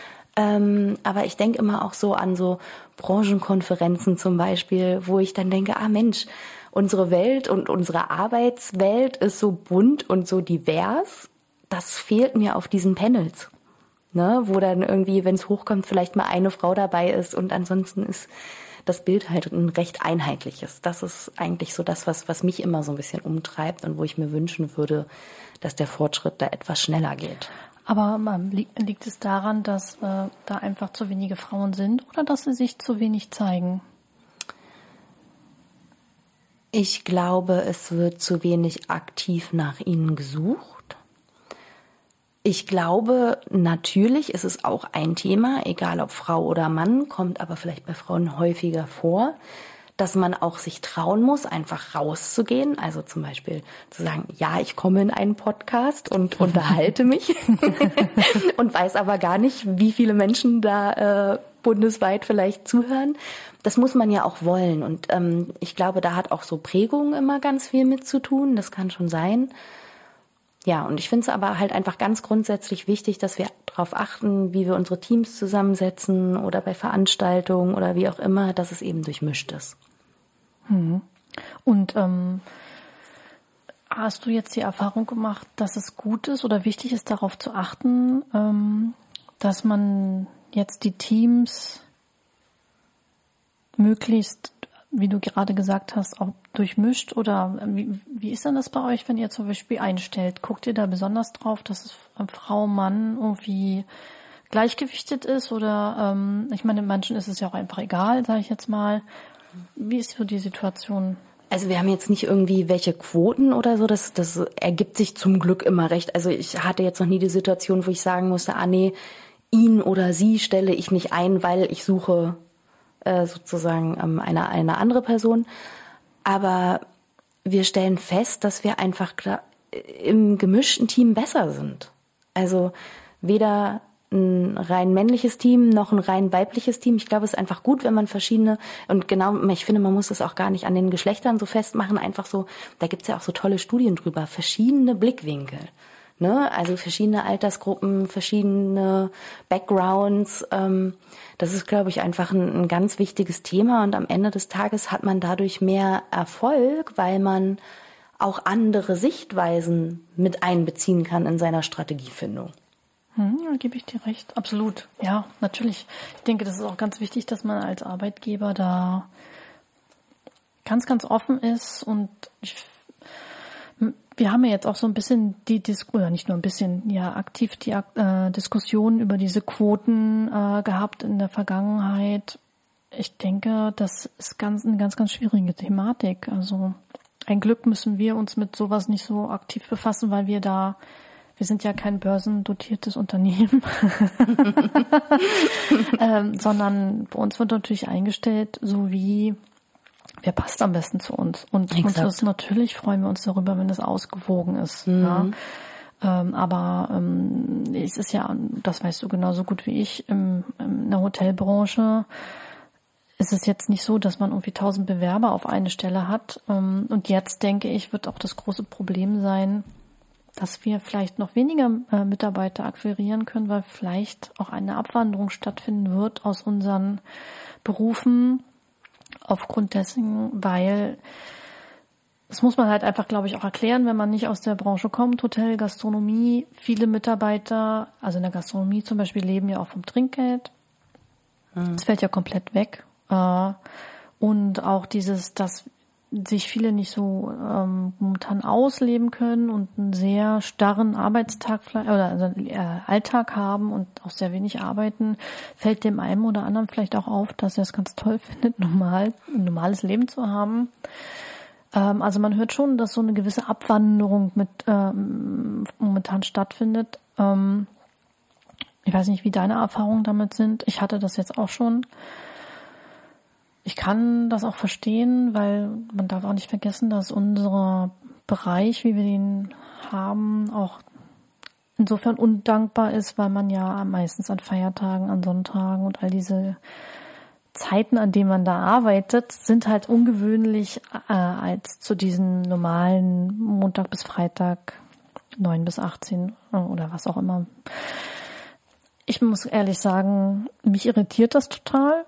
Ähm, aber ich denke immer auch so an so Branchenkonferenzen zum Beispiel, wo ich dann denke, ah Mensch, unsere Welt und unsere Arbeitswelt ist so bunt und so divers. Das fehlt mir auf diesen Panels, ne, wo dann irgendwie, wenn es hochkommt, vielleicht mal eine Frau dabei ist und ansonsten ist das Bild halt ein recht einheitliches. Das ist eigentlich so das, was, was mich immer so ein bisschen umtreibt und wo ich mir wünschen würde, dass der Fortschritt da etwas schneller geht. Aber liegt, liegt es daran, dass äh, da einfach zu wenige Frauen sind oder dass sie sich zu wenig zeigen? Ich glaube, es wird zu wenig aktiv nach ihnen gesucht. Ich glaube, natürlich ist es auch ein Thema, egal ob Frau oder Mann, kommt aber vielleicht bei Frauen häufiger vor, dass man auch sich trauen muss, einfach rauszugehen. Also zum Beispiel zu sagen, ja, ich komme in einen Podcast und unterhalte mich und weiß aber gar nicht, wie viele Menschen da äh, bundesweit vielleicht zuhören. Das muss man ja auch wollen. Und ähm, ich glaube, da hat auch so Prägung immer ganz viel mit zu tun. Das kann schon sein. Ja, und ich finde es aber halt einfach ganz grundsätzlich wichtig, dass wir darauf achten, wie wir unsere Teams zusammensetzen oder bei Veranstaltungen oder wie auch immer, dass es eben durchmischt ist. Mhm. Und ähm, hast du jetzt die Erfahrung gemacht, dass es gut ist oder wichtig ist, darauf zu achten, ähm, dass man jetzt die Teams möglichst, wie du gerade gesagt hast, auch durchmischt? Oder wie, wie ist denn das bei euch, wenn ihr zum Beispiel einstellt? Guckt ihr da besonders drauf, dass es Frau, Mann irgendwie gleichgewichtet ist? Oder ähm, ich meine, manchen ist es ja auch einfach egal, sage ich jetzt mal. Wie ist so die Situation? Also wir haben jetzt nicht irgendwie welche Quoten oder so, das, das ergibt sich zum Glück immer recht. Also ich hatte jetzt noch nie die Situation, wo ich sagen musste, ah nee, ihn oder sie stelle ich nicht ein, weil ich suche äh, sozusagen ähm, eine, eine andere Person. Aber wir stellen fest, dass wir einfach im gemischten Team besser sind. Also weder ein rein männliches Team, noch ein rein weibliches Team. Ich glaube, es ist einfach gut, wenn man verschiedene, und genau, ich finde, man muss das auch gar nicht an den Geschlechtern so festmachen, einfach so, da gibt's ja auch so tolle Studien drüber, verschiedene Blickwinkel, ne? Also verschiedene Altersgruppen, verschiedene Backgrounds, ähm, das ist, glaube ich, einfach ein, ein ganz wichtiges Thema, und am Ende des Tages hat man dadurch mehr Erfolg, weil man auch andere Sichtweisen mit einbeziehen kann in seiner Strategiefindung. Hm, da gebe ich dir recht. Absolut. Ja, natürlich. Ich denke, das ist auch ganz wichtig, dass man als Arbeitgeber da ganz, ganz offen ist. Und ich, wir haben ja jetzt auch so ein bisschen die Diskussion, oder nicht nur ein bisschen, ja, aktiv die äh, Diskussion über diese Quoten äh, gehabt in der Vergangenheit. Ich denke, das ist ganz, eine ganz, ganz schwierige Thematik. Also ein Glück müssen wir uns mit sowas nicht so aktiv befassen, weil wir da Wir sind ja kein börsendotiertes Unternehmen, ähm, sondern bei uns wird natürlich eingestellt, so wie, wer passt am besten zu uns. Und uns ist, natürlich freuen wir uns darüber, wenn es ausgewogen ist. Mhm. Ja. Ähm, aber ähm, es ist ja, das weißt du genauso gut wie ich, im, in der Hotelbranche ist es jetzt nicht so, dass man irgendwie tausend Bewerber auf eine Stelle hat. Ähm, und jetzt, denke ich, wird auch das große Problem sein, dass wir vielleicht noch weniger äh, Mitarbeiter akquirieren können, weil vielleicht auch eine Abwanderung stattfinden wird aus unseren Berufen aufgrund dessen, weil das muss man halt einfach, glaube ich, auch erklären, wenn man nicht aus der Branche kommt, Hotel, Gastronomie, viele Mitarbeiter, also in der Gastronomie zum Beispiel, leben ja auch vom Trinkgeld. Mhm. Das fällt ja komplett weg. Äh, und auch dieses, dass sich viele nicht so ähm, momentan ausleben können und einen sehr starren Arbeitstag oder also, äh, Alltag haben und auch sehr wenig arbeiten, fällt dem einen oder anderen vielleicht auch auf, dass er es ganz toll findet, normal ein normales Leben zu haben. Ähm, also man hört schon, dass so eine gewisse Abwanderung mit ähm, momentan stattfindet. Ähm, ich weiß nicht, wie deine Erfahrungen damit sind. Ich hatte das jetzt auch schon. Ich kann das auch verstehen, weil man darf auch nicht vergessen, dass unser Bereich, wie wir den haben, auch insofern undankbar ist, weil man ja meistens an Feiertagen, an Sonntagen und all diese Zeiten, an denen man da arbeitet, sind halt ungewöhnlich äh, als zu diesen normalen Montag bis Freitag neun bis achtzehn oder was auch immer. Ich muss ehrlich sagen, mich irritiert das total.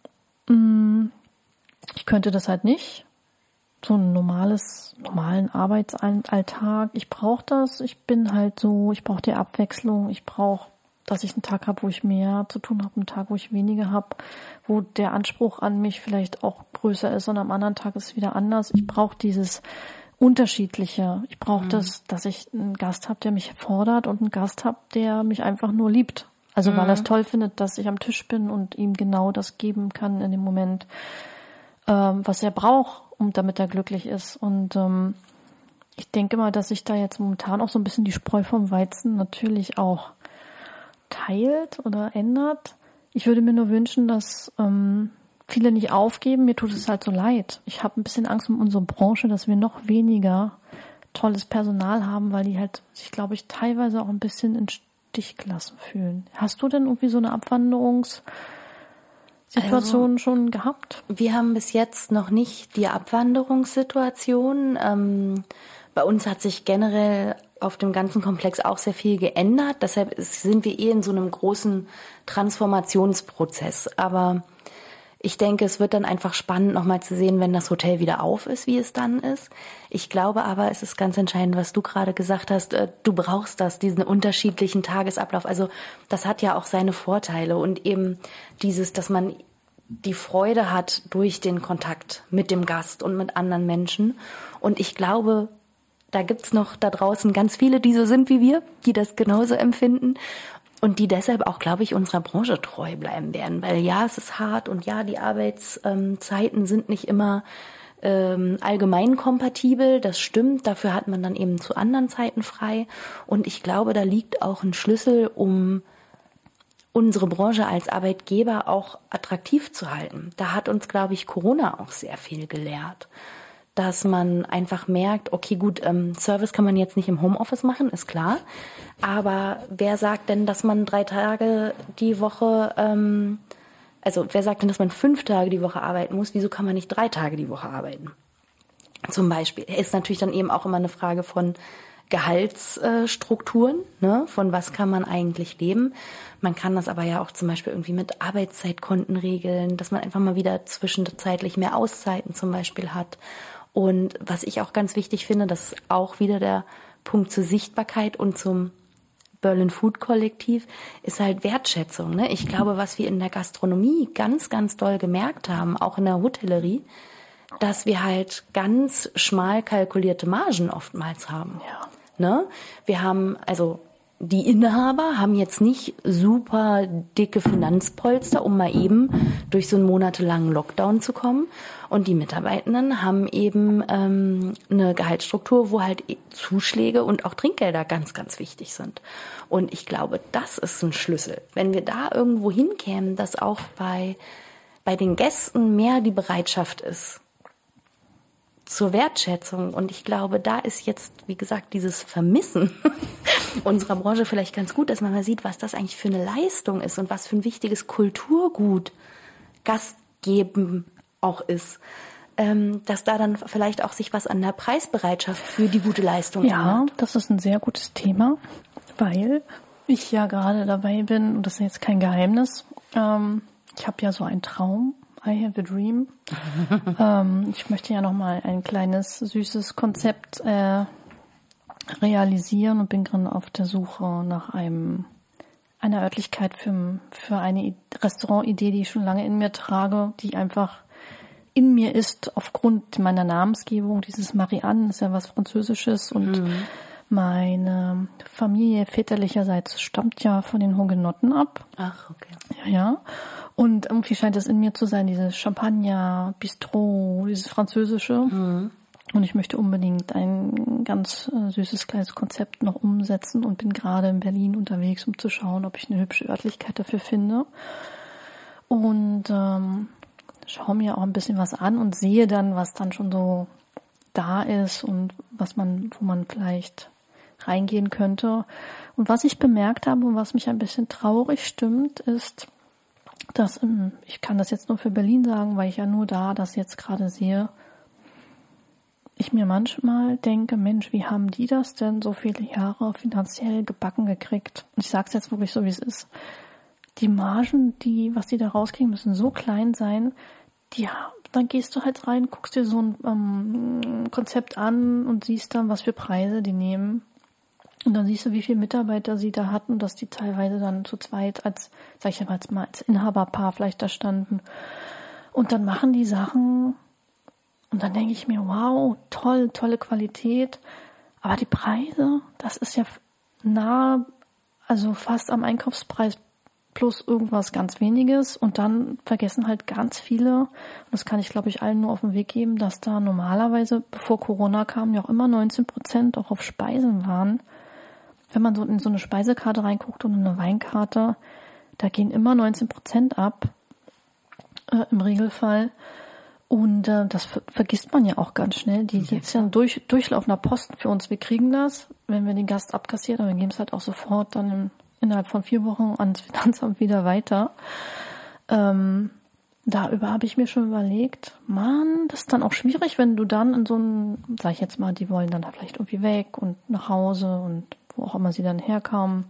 Ich könnte das halt nicht. So ein normales, normalen Arbeitsalltag. Ich brauche das. Ich bin halt so, ich brauche die Abwechslung. Ich brauche, dass ich einen Tag habe, wo ich mehr zu tun habe, einen Tag, wo ich weniger habe, wo der Anspruch an mich vielleicht auch größer ist und am anderen Tag ist es wieder anders. Ich brauche dieses Unterschiedliche. Ich brauche mhm. das, dass ich einen Gast habe, der mich fordert und einen Gast habe, der mich einfach nur liebt. Also weil er es toll findet, dass ich am Tisch bin und ihm genau das geben kann in dem Moment, ähm, was er braucht, um damit er glücklich ist. Und ähm, ich denke mal, dass sich da jetzt momentan auch so ein bisschen die Spreu vom Weizen natürlich auch teilt oder ändert. Ich würde mir nur wünschen, dass ähm, viele nicht aufgeben. Mir tut es halt so leid. Ich habe ein bisschen Angst um unsere Branche, dass wir noch weniger tolles Personal haben, weil die halt sich, glaube ich, teilweise auch ein bisschen in dich gelassen fühlen. Hast du denn irgendwie so eine Abwanderungssituation also, schon gehabt? Wir haben bis jetzt noch nicht die Abwanderungssituation. Ähm, bei uns hat sich generell auf dem ganzen Komplex auch sehr viel geändert. Deshalb sind wir eh in so einem großen Transformationsprozess. Aber ich denke, es wird dann einfach spannend, nochmal zu sehen, wenn das Hotel wieder auf ist, wie es dann ist. Ich glaube aber, es ist ganz entscheidend, was du gerade gesagt hast. Du brauchst das, diesen unterschiedlichen Tagesablauf. Also das hat ja auch seine Vorteile und eben dieses, dass man die Freude hat durch den Kontakt mit dem Gast und mit anderen Menschen. Und ich glaube, da gibt's noch da draußen ganz viele, die so sind wie wir, die das genauso empfinden. Und die deshalb auch, glaube ich, unserer Branche treu bleiben werden. Weil ja, es ist hart und ja, die Arbeitszeiten sind nicht immer ähm, allgemein kompatibel. Das stimmt, dafür hat man dann eben zu anderen Zeiten frei. Und ich glaube, da liegt auch ein Schlüssel, um unsere Branche als Arbeitgeber auch attraktiv zu halten. Da hat uns, glaube ich, Corona auch sehr viel gelehrt. dass man einfach merkt, okay, gut, ähm, Service kann man jetzt nicht im Homeoffice machen, ist klar. Aber wer sagt denn, dass man drei Tage die Woche, ähm, also wer sagt denn, dass man fünf Tage die Woche arbeiten muss? Wieso kann man nicht drei Tage die Woche arbeiten? Zum Beispiel. Ist natürlich dann eben auch immer eine Frage von Gehaltsstrukturen, ne? Von was kann man eigentlich leben. Man kann das aber ja auch zum Beispiel irgendwie mit Arbeitszeitkonten regeln, dass man einfach mal wieder zwischenzeitlich mehr Auszeiten zum Beispiel hat. Und was ich auch ganz wichtig finde, das ist auch wieder der Punkt zur Sichtbarkeit und zum Berlin Food Kollektiv, ist halt Wertschätzung. Ne? Ich glaube, was wir in der Gastronomie ganz, ganz doll gemerkt haben, auch in der Hotellerie, dass wir halt ganz schmal kalkulierte Margen oftmals haben. Ja. Ne? Wir haben, also die Inhaber haben jetzt nicht super dicke Finanzpolster, um mal eben durch so einen monatelangen Lockdown zu kommen. Und die Mitarbeitenden haben eben ähm, eine Gehaltsstruktur, wo halt Zuschläge und auch Trinkgelder ganz, ganz wichtig sind. Und ich glaube, das ist ein Schlüssel. Wenn wir da irgendwo hinkämen, dass auch bei, bei den Gästen mehr die Bereitschaft ist zur Wertschätzung. Und ich glaube, da ist jetzt, wie gesagt, dieses Vermissen unserer Branche vielleicht ganz gut, dass man mal sieht, was das eigentlich für eine Leistung ist und was für ein wichtiges Kulturgut Gastgeben auch ist. Ähm, dass da dann vielleicht auch sich was an der Preisbereitschaft für die gute Leistung ändert. Ja, das ist ein sehr gutes Thema, weil ich ja gerade dabei bin, und das ist jetzt kein Geheimnis, ähm, ich habe ja so einen Traum, I have a dream. ähm, ich möchte ja nochmal ein kleines, süßes Konzept äh, realisieren und bin gerade auf der Suche nach einem einer Örtlichkeit für, für eine Restaurantidee, die ich schon lange in mir trage, die einfach in mir ist aufgrund meiner Namensgebung. Dieses Marianne ist ja was Französisches und mhm. meine Familie väterlicherseits stammt ja von den Hugenotten ab. Ach, okay. Ja, ja. Und irgendwie scheint es in mir zu sein, dieses Champagner, Bistro, dieses Französische. Mhm. Und ich möchte unbedingt ein ganz äh, süßes kleines Konzept noch umsetzen und bin gerade in Berlin unterwegs, um zu schauen, ob ich eine hübsche Örtlichkeit dafür finde. Und ähm, schaue mir auch ein bisschen was an und sehe dann, was dann schon so da ist und was man, wo man vielleicht reingehen könnte. Und was ich bemerkt habe und was mich ein bisschen traurig stimmt, ist, dass, ich kann das jetzt nur für Berlin sagen, weil ich ja nur da das jetzt gerade sehe, ich mir manchmal denke, Mensch, wie haben die das denn so viele Jahre finanziell gebacken gekriegt? Und ich sage es jetzt wirklich so, wie es ist. Die Margen, die, was die da rauskriegen, müssen so klein sein, die, dann gehst du halt rein, guckst dir so ein ähm, Konzept an und siehst dann, was für Preise die nehmen. Und dann siehst du, wie viele Mitarbeiter sie da hatten, dass die teilweise dann zu zweit als, sag ich mal, als, mal als Inhaberpaar vielleicht da standen. Und dann machen die Sachen und dann denke ich mir, wow, toll, tolle Qualität. Aber die Preise, das ist ja nah, also fast am Einkaufspreis plus irgendwas ganz Weniges. Und dann vergessen halt ganz viele, und das kann ich, glaube ich, allen nur auf den Weg geben, dass da normalerweise, bevor Corona kam, ja auch immer neunzehn Prozent auch auf Speisen waren. Wenn man so in so eine Speisekarte reinguckt und eine Weinkarte, da gehen immer neunzehn Prozent ab, äh, im Regelfall. Und äh, das ver- vergisst man ja auch ganz schnell. Die, die ist ja ein durch, durchlaufender Posten für uns. Wir kriegen das, wenn wir den Gast abkassiert, aber wir geben es halt auch sofort dann im, innerhalb von vier Wochen ans Finanzamt wieder weiter. Ähm, darüber habe ich mir schon überlegt, Mann, das ist dann auch schwierig, wenn du dann in so einem, sag ich jetzt mal, die wollen dann vielleicht irgendwie weg und nach Hause und wo auch immer sie dann herkamen.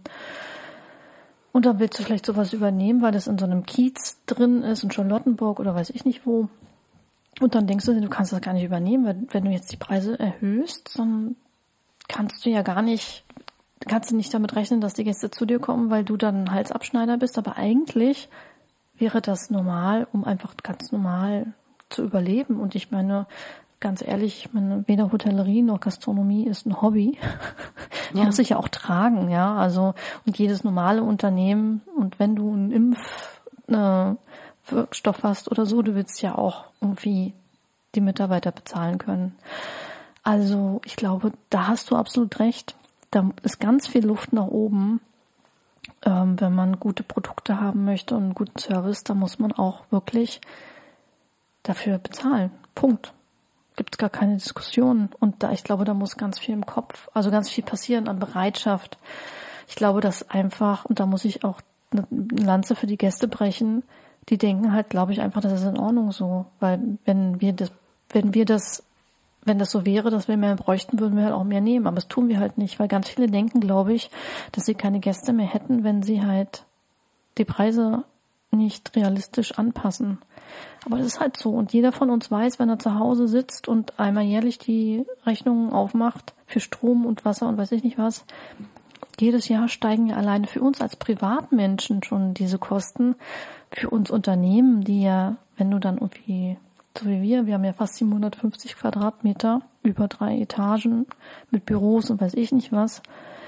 Und dann willst du vielleicht sowas übernehmen, weil das in so einem Kiez drin ist, in Charlottenburg oder weiß ich nicht wo. Und dann denkst du, du kannst das gar nicht übernehmen, weil wenn du jetzt die Preise erhöhst, dann kannst du ja gar nicht, kannst du nicht damit rechnen, dass die Gäste zu dir kommen, weil du dann ein Halsabschneider bist. Aber eigentlich wäre das normal, um einfach ganz normal zu überleben. Und ich meine, ganz ehrlich, ich meine, weder Hotellerie noch Gastronomie ist ein Hobby. Ja. Muss ich ja auch tragen, ja. Also, und jedes normale Unternehmen, und wenn du einen Impf, äh, Wirkstoff hast oder so, du willst ja auch irgendwie die Mitarbeiter bezahlen können. Also, ich glaube, da hast du absolut recht. Da ist ganz viel Luft nach oben. Ähm, wenn man gute Produkte haben möchte und einen guten Service, da muss man auch wirklich dafür bezahlen. Punkt. gibt es gar keine Diskussion. Und da, ich glaube, da muss ganz viel im Kopf, also ganz viel passieren an Bereitschaft. Ich glaube, dass einfach, und da muss ich auch eine Lanze für die Gäste brechen, die denken halt, glaube ich, einfach, das ist in Ordnung so. Weil wenn wir das, wenn wir das, wenn das so wäre, dass wir mehr bräuchten, würden wir halt auch mehr nehmen. Aber das tun wir halt nicht, weil ganz viele denken, glaube ich, dass sie keine Gäste mehr hätten, wenn sie halt die Preise nicht realistisch anpassen. Aber das ist halt so. Und jeder von uns weiß, wenn er zu Hause sitzt und einmal jährlich die Rechnungen aufmacht für Strom und Wasser und weiß ich nicht was, jedes Jahr steigen ja alleine für uns als Privatmenschen schon diese Kosten. Für uns Unternehmen, die ja, wenn du dann irgendwie, so wie wir, wir haben ja fast siebenhundertfünfzig Quadratmeter, über drei Etagen mit Büros und weiß ich nicht was,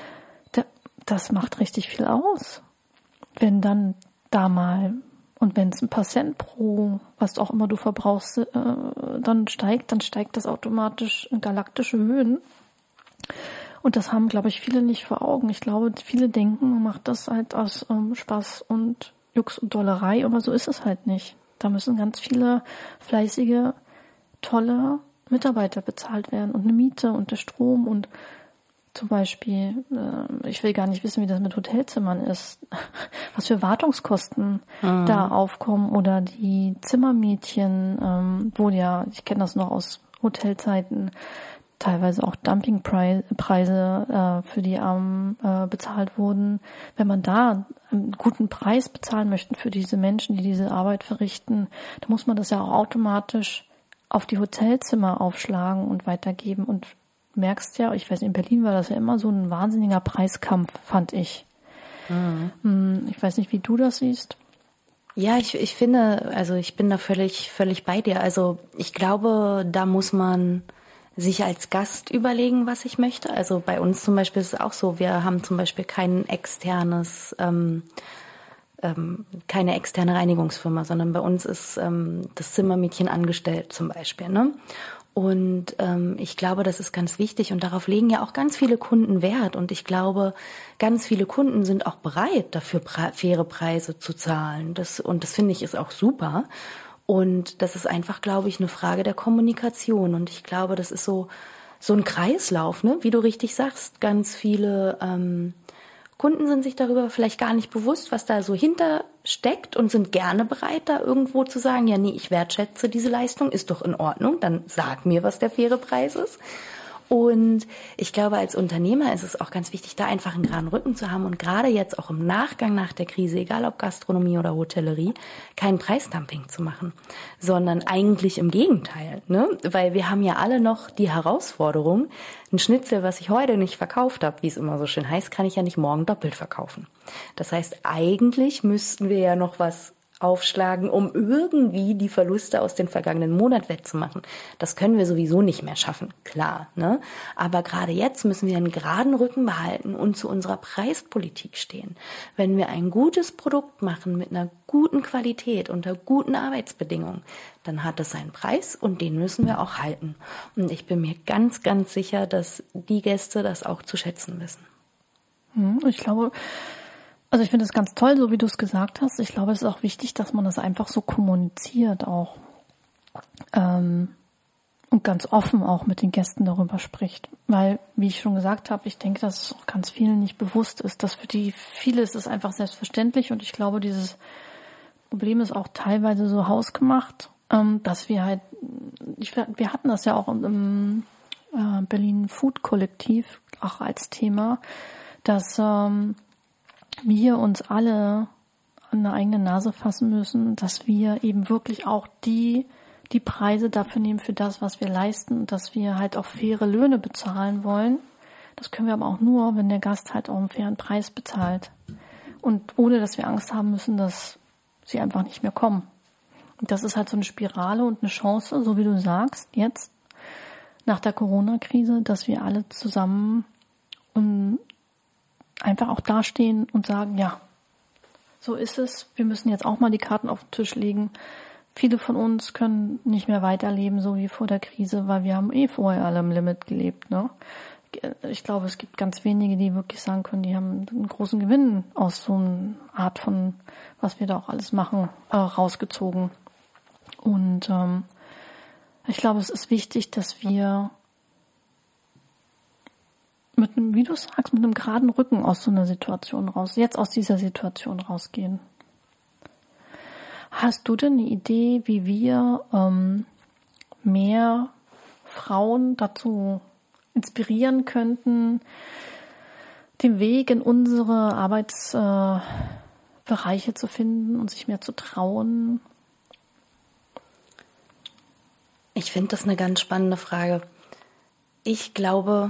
das macht richtig viel aus. Wenn dann da mal, und wenn es ein paar Cent pro, was auch immer du verbrauchst, äh, dann steigt, dann steigt das automatisch in galaktische Höhen. Und das haben, glaube ich, viele nicht vor Augen. Ich glaube, viele denken, man macht das halt aus ähm, Spaß und Jux und Dollerei, aber so ist es halt nicht. Da müssen ganz viele fleißige, tolle Mitarbeiter bezahlt werden und eine Miete und der Strom und zum Beispiel, äh, ich will gar nicht wissen, wie das mit Hotelzimmern ist, was für Wartungskosten mhm. da aufkommen oder die Zimmermädchen, ähm, wo ja, ich kenne das noch aus Hotelzeiten, teilweise auch Dumpingpreise äh, für die Armen äh, bezahlt wurden. Wenn man da einen guten Preis bezahlen möchte für diese Menschen, die diese Arbeit verrichten, dann muss man das ja auch automatisch auf die Hotelzimmer aufschlagen und weitergeben. Und du merkst ja, ich weiß, in Berlin war das ja immer so ein wahnsinniger Preiskampf, fand ich. Mhm. Ich weiß nicht, wie du das siehst. Ja, ich, ich finde, also ich bin da völlig, völlig bei dir. Also ich glaube, da muss man sich als Gast überlegen, was ich möchte. Also bei uns zum Beispiel ist es auch so, wir haben zum Beispiel kein externes, ähm, ähm, keine externe Reinigungsfirma, sondern bei uns ist ähm, das Zimmermädchen angestellt zum Beispiel, ne? Und ähm, ich glaube, das ist ganz wichtig und darauf legen ja auch ganz viele Kunden Wert. Und ich glaube, ganz viele Kunden sind auch bereit, dafür pre- faire Preise zu zahlen. Das, und das finde ich ist auch super. Und das ist einfach, glaube ich, eine Frage der Kommunikation. Und ich glaube, das ist so so ein Kreislauf, ne? Wie du richtig sagst. Ganz viele ähm, Kunden sind sich darüber vielleicht gar nicht bewusst, was da so hinter steckt und sind gerne bereit, da irgendwo zu sagen, ja, nee, ich wertschätze diese Leistung, ist doch in Ordnung, dann sag mir, was der faire Preis ist. Und ich glaube, als Unternehmer ist es auch ganz wichtig, da einfach einen geraden Rücken zu haben und gerade jetzt auch im Nachgang nach der Krise, egal ob Gastronomie oder Hotellerie, kein Preisdumping zu machen, sondern eigentlich im Gegenteil, ne? Weil wir haben ja alle noch die Herausforderung, ein Schnitzel, was ich heute nicht verkauft habe, wie es immer so schön heißt, kann ich ja nicht morgen doppelt verkaufen. Das heißt, eigentlich müssten wir ja noch was aufschlagen, um irgendwie die Verluste aus den vergangenen Monaten wettzumachen. Das können wir sowieso nicht mehr schaffen, klar, ne? Aber gerade jetzt müssen wir einen geraden Rücken behalten und zu unserer Preispolitik stehen. Wenn wir ein gutes Produkt machen mit einer guten Qualität, unter guten Arbeitsbedingungen, dann hat es seinen Preis und den müssen wir auch halten. Und ich bin mir ganz, ganz sicher, dass die Gäste das auch zu schätzen wissen. Ich glaube, Also ich finde es ganz toll, so wie du es gesagt hast. Ich glaube, es ist auch wichtig, dass man das einfach so kommuniziert auch. Ähm, und ganz offen auch mit den Gästen darüber spricht. Weil, wie ich schon gesagt habe, ich denke, dass es auch ganz vielen nicht bewusst ist, dass für die viele ist es einfach selbstverständlich. Und ich glaube, dieses Problem ist auch teilweise so hausgemacht, ähm, dass wir halt, ich, wir hatten das ja auch im äh, Berlin Food Kollektiv auch als Thema, dass ähm, wir uns alle an der eigenen Nase fassen müssen, dass wir eben wirklich auch die, die Preise dafür nehmen für das, was wir leisten und dass wir halt auch faire Löhne bezahlen wollen. Das können wir aber auch nur, wenn der Gast halt auch einen fairen Preis bezahlt. Und ohne, dass wir Angst haben müssen, dass sie einfach nicht mehr kommen. Und das ist halt so eine Spirale und eine Chance, so wie du sagst, jetzt nach der Corona-Krise, dass wir alle zusammen um einfach auch dastehen und sagen, ja, so ist es. Wir müssen jetzt auch mal die Karten auf den Tisch legen. Viele von uns können nicht mehr weiterleben, so wie vor der Krise, weil wir haben eh vorher alle am Limit gelebt, ne? Ich glaube, es gibt ganz wenige, die wirklich sagen können, die haben einen großen Gewinn aus so einer Art von, was wir da auch alles machen, äh, rausgezogen. Und ähm, Ich glaube, es ist wichtig, dass wir mit einem, wie du sagst, mit einem geraden Rücken aus so einer Situation raus, jetzt aus dieser Situation rausgehen. Hast du denn eine Idee, wie wir ähm, mehr Frauen dazu inspirieren könnten, den Weg in unsere Arbeitsbereiche äh, zu finden und sich mehr zu trauen? Ich finde das eine ganz spannende Frage. Ich glaube,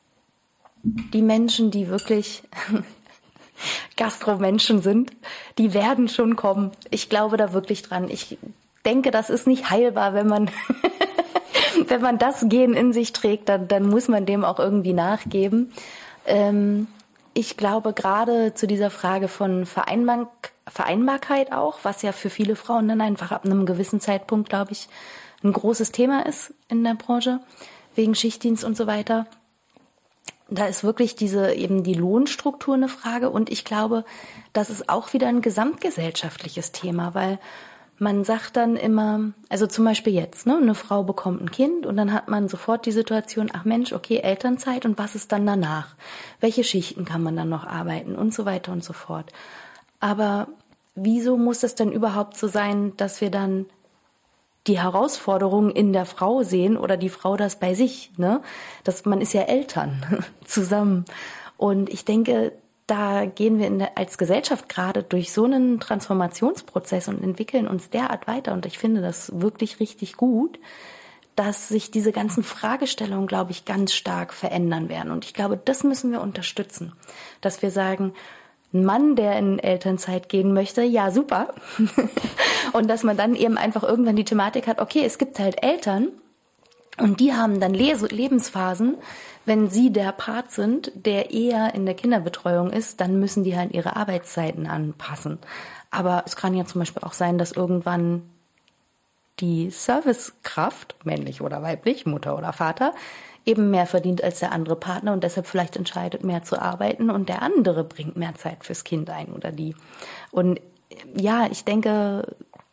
die Menschen, die wirklich Gastromenschen sind, die werden schon kommen. Ich glaube da wirklich dran. Ich denke, das ist nicht heilbar, wenn man wenn man das Gen in sich trägt, dann, dann muss man dem auch irgendwie nachgeben. Ähm, ich glaube gerade zu dieser Frage von Vereinbar- Vereinbarkeit auch, was ja für viele Frauen dann einfach ab einem gewissen Zeitpunkt, glaube ich, ein großes Thema ist in der Branche, wegen Schichtdienst und so weiter. Da ist wirklich diese eben die Lohnstruktur eine Frage und ich glaube, das ist auch wieder ein gesamtgesellschaftliches Thema, weil man sagt dann immer, also zum Beispiel jetzt, ne, eine Frau bekommt ein Kind und dann hat man sofort die Situation, ach Mensch, okay, Elternzeit und was ist dann danach? Welche Schichten kann man dann noch arbeiten und so weiter und so fort. Aber wieso muss es denn überhaupt so sein, dass wir dann die Herausforderungen in der Frau sehen oder die Frau das bei sich, ne? Das, man ist ja Eltern zusammen. Und ich denke, da gehen wir in der, als Gesellschaft gerade durch so einen Transformationsprozess und entwickeln uns derart weiter. Und ich finde das wirklich richtig gut, dass sich diese ganzen Fragestellungen, glaube ich, ganz stark verändern werden. Und ich glaube, das müssen wir unterstützen, dass wir sagen, ein Mann, der in Elternzeit gehen möchte, ja, super. Und dass man dann eben einfach irgendwann die Thematik hat, okay, es gibt halt Eltern und die haben dann Les- Lebensphasen, wenn sie der Part sind, der eher in der Kinderbetreuung ist, dann müssen die halt ihre Arbeitszeiten anpassen. Aber es kann ja zum Beispiel auch sein, dass irgendwann die Servicekraft, männlich oder weiblich, Mutter oder Vater, eben mehr verdient als der andere Partner und deshalb vielleicht entscheidet, mehr zu arbeiten und der andere bringt mehr Zeit fürs Kind ein oder die. Und ja, ich denke,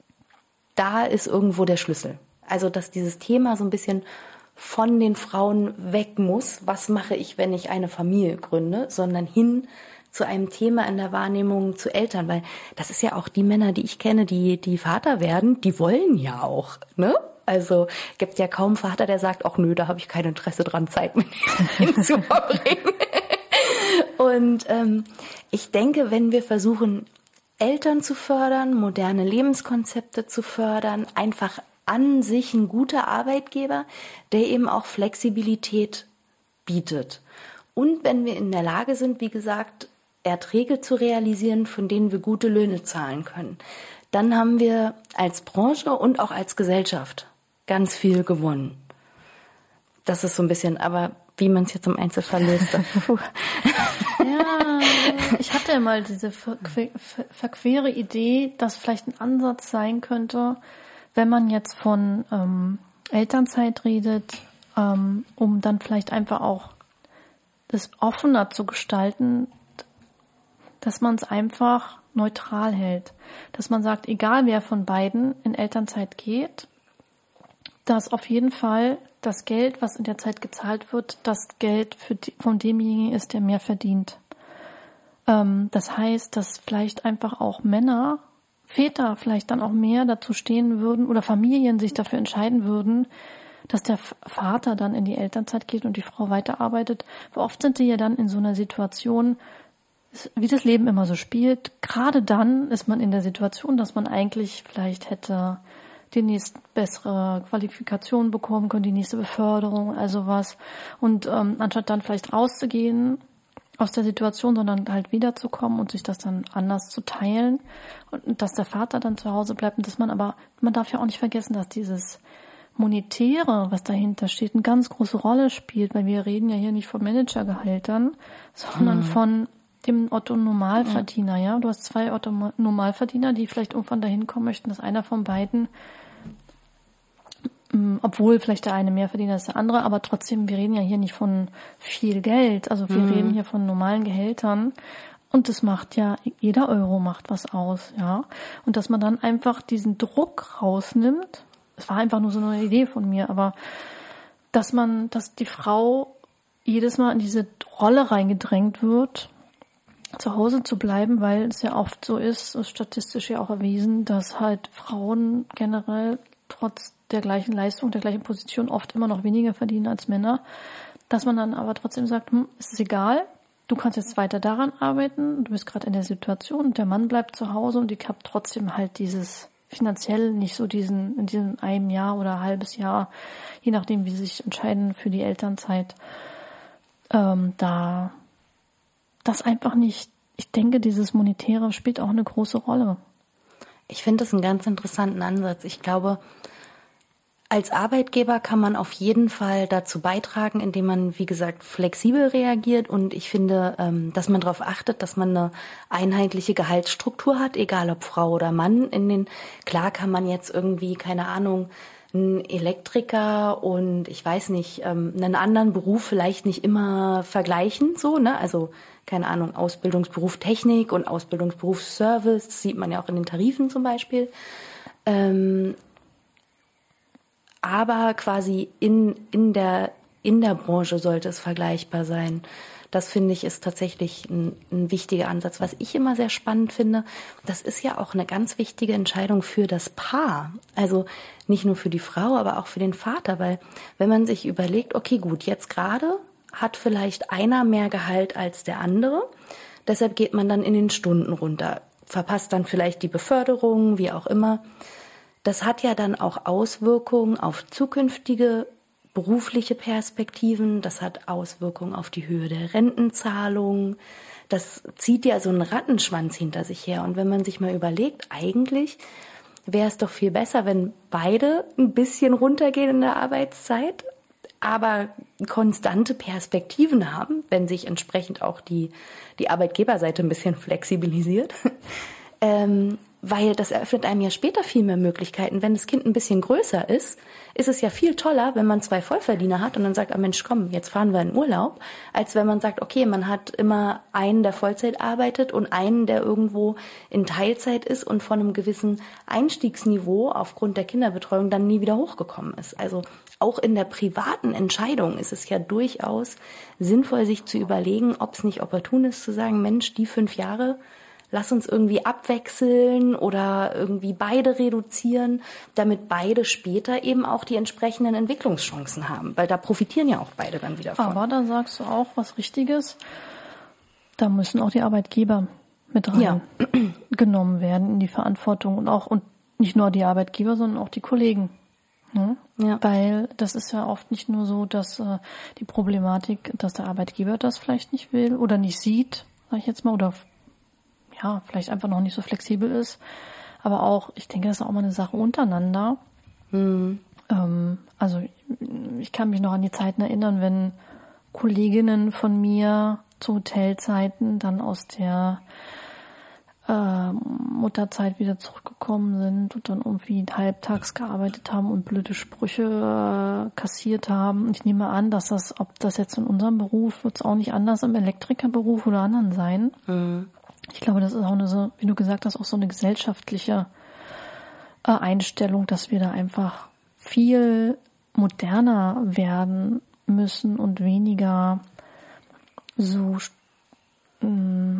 da ist irgendwo der Schlüssel. Also, dass dieses Thema so ein bisschen von den Frauen weg muss, was mache ich, wenn ich eine Familie gründe, sondern hin zu einem Thema in der Wahrnehmung zu Eltern, weil das ist ja auch die Männer, die ich kenne, die die Vater werden, die wollen ja auch, ne? Also gibt ja kaum Vater, der sagt, ach nö, da habe ich kein Interesse dran, Zeit mit ihm zu verbringen. Und ähm, ich denke, wenn wir versuchen, Eltern zu fördern, moderne Lebenskonzepte zu fördern, einfach an sich ein guter Arbeitgeber, der eben auch Flexibilität bietet. Und wenn wir in der Lage sind, wie gesagt, Erträge zu realisieren, von denen wir gute Löhne zahlen können, dann haben wir als Branche und auch als Gesellschaft ganz viel gewonnen. Das ist so ein bisschen, aber wie man es jetzt im Einzelfall löst. Ja, ich hatte mal diese verque- ver- verquere Idee, dass vielleicht ein Ansatz sein könnte, wenn man jetzt von ähm, Elternzeit redet, ähm, um dann vielleicht einfach auch das offener zu gestalten, dass man es einfach neutral hält. Dass man sagt, egal wer von beiden in Elternzeit geht, dass auf jeden Fall das Geld, was in der Zeit gezahlt wird, das Geld für die, von demjenigen ist, der mehr verdient. Ähm, das heißt, dass vielleicht einfach auch Männer, Väter vielleicht dann auch mehr dazu stehen würden oder Familien sich dafür entscheiden würden, dass der Vater dann in die Elternzeit geht und die Frau weiterarbeitet. Weil oft sind die ja dann in so einer Situation, wie das Leben immer so spielt. Gerade dann ist man in der Situation, dass man eigentlich vielleicht hätte die nächste bessere Qualifikation bekommen können, die nächste Beförderung, also was. Und ähm, anstatt dann vielleicht rauszugehen aus der Situation, sondern halt wiederzukommen und sich das dann anders zu teilen und dass der Vater dann zu Hause bleibt und dass man aber, man darf ja auch nicht vergessen, dass dieses Monetäre, was dahinter steht, eine ganz große Rolle spielt, weil wir reden ja hier nicht von Managergehältern, sondern mhm. von dem Otto-Normalverdiener, ja. Du hast zwei Otto-Normalverdiener, die vielleicht irgendwann dahin kommen möchten, dass einer von beiden, obwohl vielleicht der eine mehr verdient als der andere, aber trotzdem, wir reden ja hier nicht von viel Geld, also wir mhm. reden hier von normalen Gehältern und das macht ja, jeder Euro macht was aus, ja. Und dass man dann einfach diesen Druck rausnimmt, das war einfach nur so eine Idee von mir, aber dass man, dass die Frau jedes Mal in diese Rolle reingedrängt wird, zu Hause zu bleiben, weil es ja oft so ist, ist statistisch ja auch erwiesen, dass halt Frauen generell trotz der gleichen Leistung, der gleichen Position oft immer noch weniger verdienen als Männer, dass man dann aber trotzdem sagt, hm, es ist egal, du kannst jetzt weiter daran arbeiten, du bist gerade in der Situation und der Mann bleibt zu Hause und ich habe trotzdem halt dieses finanziell nicht so diesen, in diesem einem Jahr oder ein halbes Jahr, je nachdem, wie sie sich entscheiden für die Elternzeit, ähm, da das einfach nicht, ich denke, dieses Monetäre spielt auch eine große Rolle. Ich finde das einen ganz interessanten Ansatz. Ich glaube, als Arbeitgeber kann man auf jeden Fall dazu beitragen, indem man, wie gesagt, flexibel reagiert. Und ich finde, dass man darauf achtet, dass man eine einheitliche Gehaltsstruktur hat, egal ob Frau oder Mann. In den, klar kann man jetzt irgendwie, keine Ahnung, einen Elektriker und ich weiß nicht, einen anderen Beruf vielleicht nicht immer vergleichen, so, ne? Also, keine Ahnung, Ausbildungsberuf Technik und Ausbildungsberuf Service, das sieht man ja auch in den Tarifen zum Beispiel. Ähm, aber quasi in, in der, in der Branche sollte es vergleichbar sein. Das finde ich ist tatsächlich ein, ein wichtiger Ansatz. Was ich immer sehr spannend finde, das ist ja auch eine ganz wichtige Entscheidung für das Paar. Also nicht nur für die Frau, aber auch für den Vater, weil wenn man sich überlegt, okay, gut, jetzt gerade hat vielleicht einer mehr Gehalt als der andere. Deshalb geht man dann in den Stunden runter, verpasst dann vielleicht die Beförderung, wie auch immer. Das hat ja dann auch Auswirkungen auf zukünftige berufliche Perspektiven. Das hat Auswirkungen auf die Höhe der Rentenzahlungen. Das zieht ja so einen Rattenschwanz hinter sich her. Und wenn man sich mal überlegt, eigentlich wäre es doch viel besser, wenn beide ein bisschen runtergehen in der Arbeitszeit, aber konstante Perspektiven haben, wenn sich entsprechend auch die, die Arbeitgeberseite ein bisschen flexibilisiert. ähm, weil das eröffnet einem ja später viel mehr Möglichkeiten. Wenn das Kind ein bisschen größer ist, ist es ja viel toller, wenn man zwei Vollverdiener hat und dann sagt, ah Mensch, komm, jetzt fahren wir in Urlaub, als wenn man sagt, okay, man hat immer einen, der Vollzeit arbeitet und einen, der irgendwo in Teilzeit ist und von einem gewissen Einstiegsniveau aufgrund der Kinderbetreuung dann nie wieder hochgekommen ist. Also auch in der privaten Entscheidung ist es ja durchaus sinnvoll, sich zu überlegen, ob es nicht opportun ist, zu sagen, Mensch, die fünf Jahre, lass uns irgendwie abwechseln oder irgendwie beide reduzieren, damit beide später eben auch die entsprechenden Entwicklungschancen haben. Weil da profitieren ja auch beide dann wieder von. Aber da sagst du auch was Richtiges. Da müssen auch die Arbeitgeber mit reingenommen ja. werden in die Verantwortung. Und auch und nicht nur die Arbeitgeber, sondern auch die Kollegen. Ne? Ja. Weil das ist ja oft nicht nur so, dass äh, die Problematik, dass der Arbeitgeber das vielleicht nicht will oder nicht sieht, sag ich jetzt mal, oder ja, vielleicht einfach noch nicht so flexibel ist. Aber auch, ich denke, das ist auch mal eine Sache untereinander. Mhm. Ähm, also ich kann mich noch an die Zeiten erinnern, wenn Kolleginnen von mir zu Hotelzeiten dann aus der äh, Mutterzeit wieder zurückgekommen sind und dann irgendwie halbtags gearbeitet haben und blöde Sprüche äh, kassiert haben. Und ich nehme an, dass das, ob das jetzt in unserem Beruf, wird es auch nicht anders im Elektrikerberuf oder anderen sein. Mhm. Ich glaube, das ist auch eine so, wie du gesagt hast, auch so eine gesellschaftliche äh, Einstellung, dass wir da einfach viel moderner werden müssen und weniger so, äh,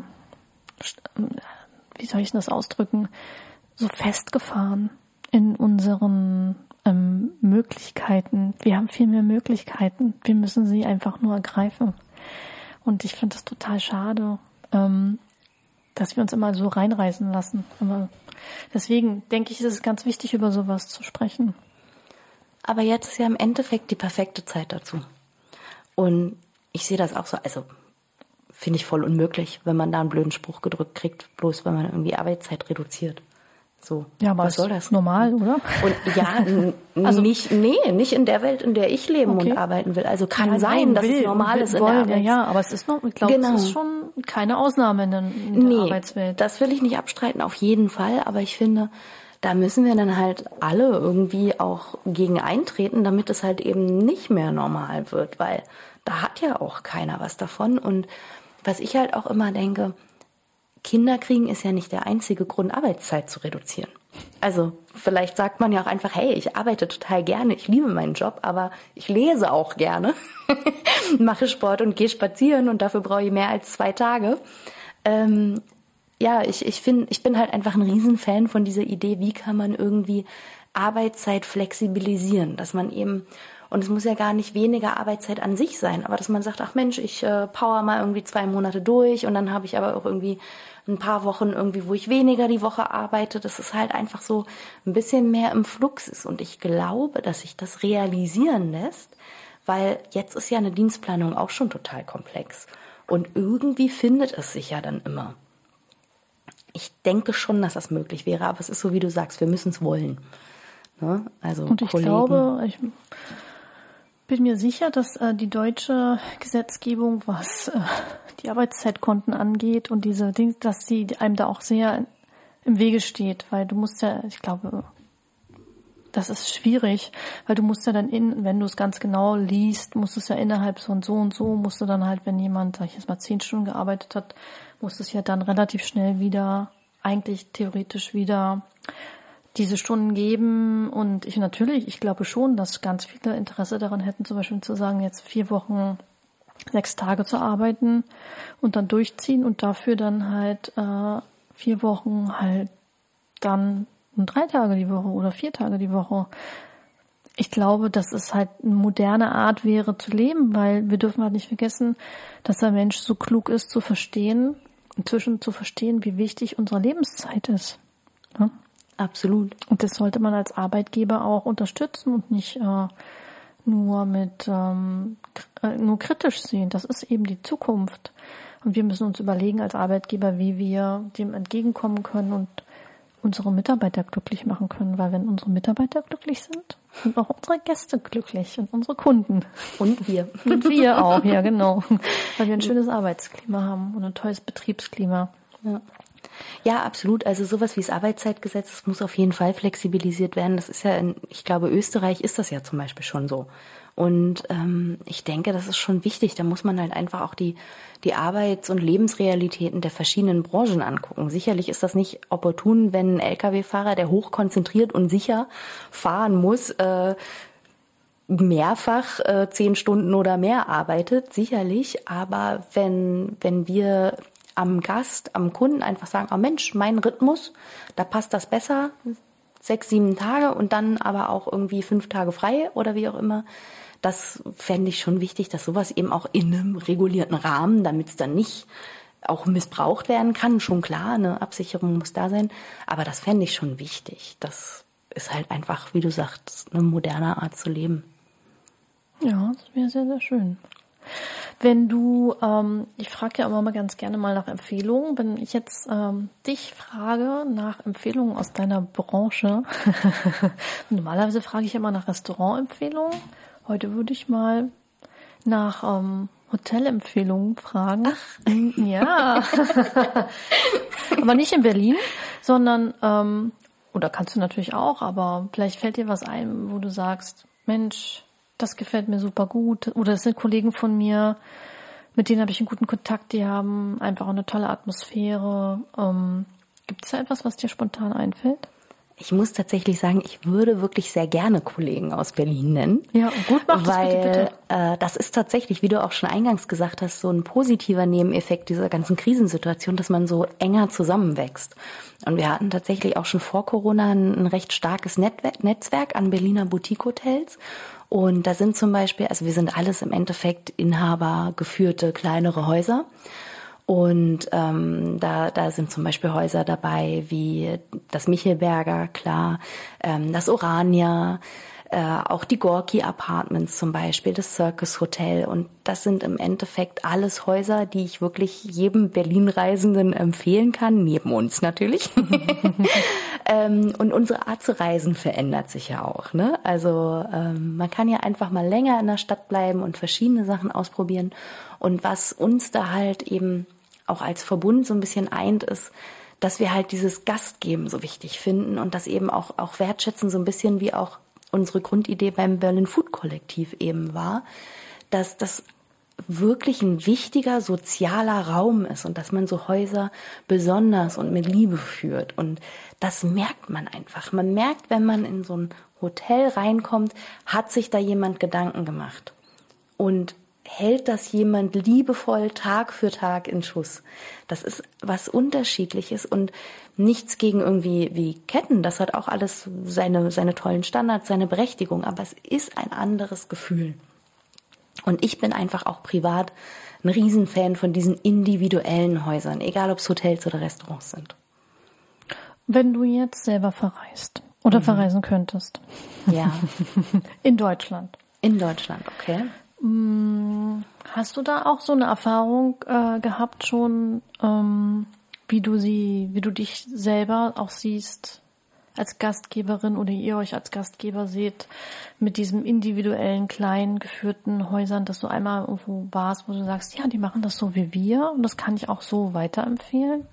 wie soll ich das ausdrücken, so festgefahren in unseren ähm, Möglichkeiten. Wir haben viel mehr Möglichkeiten. Wir müssen sie einfach nur ergreifen. Und ich finde das total schade, ähm, dass wir uns immer so reinreißen lassen. Aber deswegen denke ich, ist es ganz wichtig, über sowas zu sprechen. Aber jetzt ist ja im Endeffekt die perfekte Zeit dazu. Und ich sehe das auch so, also finde ich voll unmöglich, wenn man da einen blöden Spruch gedrückt kriegt, bloß wenn man irgendwie Arbeitszeit reduziert. So, ja, aber was soll das? Normal, oder? Und ja, n- also, nicht, nee, nicht in der Welt, in der ich leben okay. und arbeiten will. Also kann ja, sein, dass will, es normal will, ist in wollen, der Arbeits- Ja, ja, aber es ist noch, ich glaube, genau. es ist schon keine Ausnahme in der, in der nee, Arbeitswelt. Das will ich nicht abstreiten, auf jeden Fall. Aber ich finde, da müssen wir dann halt alle irgendwie auch gegen eintreten, damit es halt eben nicht mehr normal wird, weil da hat ja auch keiner was davon. Und was ich halt auch immer denke, Kinder kriegen ist ja nicht der einzige Grund, Arbeitszeit zu reduzieren. Also vielleicht sagt man ja auch einfach, hey, ich arbeite total gerne, ich liebe meinen Job, aber ich lese auch gerne, mache Sport und gehe spazieren und dafür brauche ich mehr als zwei Tage. Ähm, ja, ich, ich finde, ich bin halt einfach ein Riesenfan von dieser Idee, wie kann man irgendwie Arbeitszeit flexibilisieren, dass man eben, und es muss ja gar nicht weniger Arbeitszeit an sich sein, aber dass man sagt, ach Mensch, ich äh, power mal irgendwie zwei Monate durch und dann habe ich aber auch irgendwie ein paar Wochen irgendwie, wo ich weniger die Woche arbeite, dass es halt einfach so ein bisschen mehr im Flux ist. Und ich glaube, dass sich das realisieren lässt, weil jetzt ist ja eine Dienstplanung auch schon total komplex. Und irgendwie findet es sich ja dann immer. Ich denke schon, dass das möglich wäre, aber es ist so, wie du sagst, wir müssen es wollen. Ne? Also Und ich Kollegen. glaube, ich bin mir sicher, dass äh, die deutsche Gesetzgebung, was äh, die Arbeitszeitkonten angeht und diese Dinge, dass sie einem da auch sehr im Wege steht, weil du musst ja, ich glaube, das ist schwierig, weil du musst ja dann in, wenn du es ganz genau liest, musst du es ja innerhalb so und so und so, musst du dann halt, wenn jemand, sag ich jetzt mal, zehn Stunden gearbeitet hat, musst du es ja dann relativ schnell wieder, eigentlich theoretisch wieder diese Stunden geben. Und ich natürlich, ich glaube schon, dass ganz viele Interesse daran hätten, zum Beispiel zu sagen, jetzt vier Wochen, sechs Tage zu arbeiten und dann durchziehen und dafür dann halt äh, vier Wochen halt dann drei Tage die Woche oder vier Tage die Woche. Ich glaube, dass es halt eine moderne Art wäre zu leben, weil wir dürfen halt nicht vergessen, dass der Mensch so klug ist zu verstehen, inzwischen zu verstehen, wie wichtig unsere Lebenszeit ist. Ja? Absolut. Und das sollte man als Arbeitgeber auch unterstützen und nicht äh, nur mit ähm, k- nur kritisch sehen. Das ist eben die Zukunft. Und wir müssen uns überlegen als Arbeitgeber, wie wir dem entgegenkommen können und unsere Mitarbeiter glücklich machen können. Weil wenn unsere Mitarbeiter glücklich sind, sind auch unsere Gäste glücklich und unsere Kunden. Und wir. Und wir auch, ja genau. Weil wir ein schönes Arbeitsklima haben und ein tolles Betriebsklima. Ja. Ja, absolut. Also sowas wie das Arbeitszeitgesetz, das muss auf jeden Fall flexibilisiert werden. Das ist ja in, ich glaube, Österreich ist das ja zum Beispiel schon so. Und ähm, ich denke, das ist schon wichtig. Da muss man halt einfach auch die die Arbeits- und Lebensrealitäten der verschiedenen Branchen angucken. Sicherlich ist das nicht opportun, wenn ein L K W-Fahrer, der hochkonzentriert und sicher fahren muss, äh, mehrfach äh, zehn Stunden oder mehr arbeitet, sicherlich. Aber wenn wenn wir am Gast, am Kunden einfach sagen, oh Mensch, mein Rhythmus, da passt das besser, sechs, sieben Tage und dann aber auch irgendwie fünf Tage frei oder wie auch immer. Das fände ich schon wichtig, dass sowas eben auch in einem regulierten Rahmen, damit es dann nicht auch missbraucht werden kann, schon klar, eine Absicherung muss da sein, aber das fände ich schon wichtig. Das ist halt einfach, wie du sagst, eine moderne Art zu leben. Ja, das wäre sehr, sehr schön. Wenn du, ähm, ich frage ja immer mal ganz gerne mal nach Empfehlungen, wenn ich jetzt ähm, dich frage nach Empfehlungen aus deiner Branche, normalerweise frage ich immer nach Restaurantempfehlungen, heute würde ich mal nach ähm, Hotelempfehlungen fragen. Ach. Ja, aber nicht in Berlin, sondern, ähm, oder kannst du natürlich auch, aber vielleicht fällt dir was ein, wo du sagst, Mensch, das gefällt mir super gut. Oder es sind Kollegen von mir, mit denen habe ich einen guten Kontakt, die haben einfach eine tolle Atmosphäre. Ähm, gibt es da etwas, was dir spontan einfällt? Ich muss tatsächlich sagen, ich würde wirklich sehr gerne Kollegen aus Berlin nennen. Ja, gut, mach das weil, bitte, bitte. Äh, das ist tatsächlich, wie du auch schon eingangs gesagt hast, so ein positiver Nebeneffekt dieser ganzen Krisensituation, dass man so enger zusammenwächst. Und wir hatten tatsächlich auch schon vor Corona ein, ein recht starkes Netwer- Netzwerk an Berliner Boutique-Hotels. Und da sind zum Beispiel, also wir sind alles im Endeffekt Inhaber geführte kleinere Häuser. Und ähm, da, da sind zum Beispiel Häuser dabei wie das Michelberger, klar, ähm, das Orania, äh, auch die Gorki Apartments zum Beispiel, das Circus Hotel. Und das sind im Endeffekt alles Häuser, die ich wirklich jedem Berlin-Reisenden empfehlen kann, neben uns natürlich. ähm, und unsere Art zu reisen verändert sich ja auch, ne? Also ähm, man kann ja einfach mal länger in der Stadt bleiben und verschiedene Sachen ausprobieren. Und was uns da halt eben auch als Verbund so ein bisschen eint, ist, dass wir halt dieses Gastgeben so wichtig finden und das eben auch, auch wertschätzen, so ein bisschen wie auch unsere Grundidee beim Berlin Food Kollektiv eben war, dass das wirklich ein wichtiger sozialer Raum ist und dass man so Häuser besonders und mit Liebe führt. Und das merkt man einfach. Man merkt, wenn man in so ein Hotel reinkommt, hat sich da jemand Gedanken gemacht und hält das jemand liebevoll Tag für Tag in Schuss. Das ist was Unterschiedliches und nichts gegen irgendwie wie Ketten. Das hat auch alles seine, seine tollen Standards, seine Berechtigung, aber es ist ein anderes Gefühl. Und ich bin einfach auch privat ein Riesenfan von diesen individuellen Häusern, egal ob es Hotels oder Restaurants sind. Wenn du jetzt selber verreist oder mhm. verreisen könntest. Ja. In Deutschland. In Deutschland, okay. Hast du da auch so eine Erfahrung äh, gehabt schon, ähm, wie du sie, wie du dich selber auch siehst als Gastgeberin oder ihr euch als Gastgeber seht mit diesem individuellen, kleinen, geführten Häusern, dass du einmal irgendwo warst, wo du sagst, ja, die machen das so wie wir und das kann ich auch so weiterempfehlen?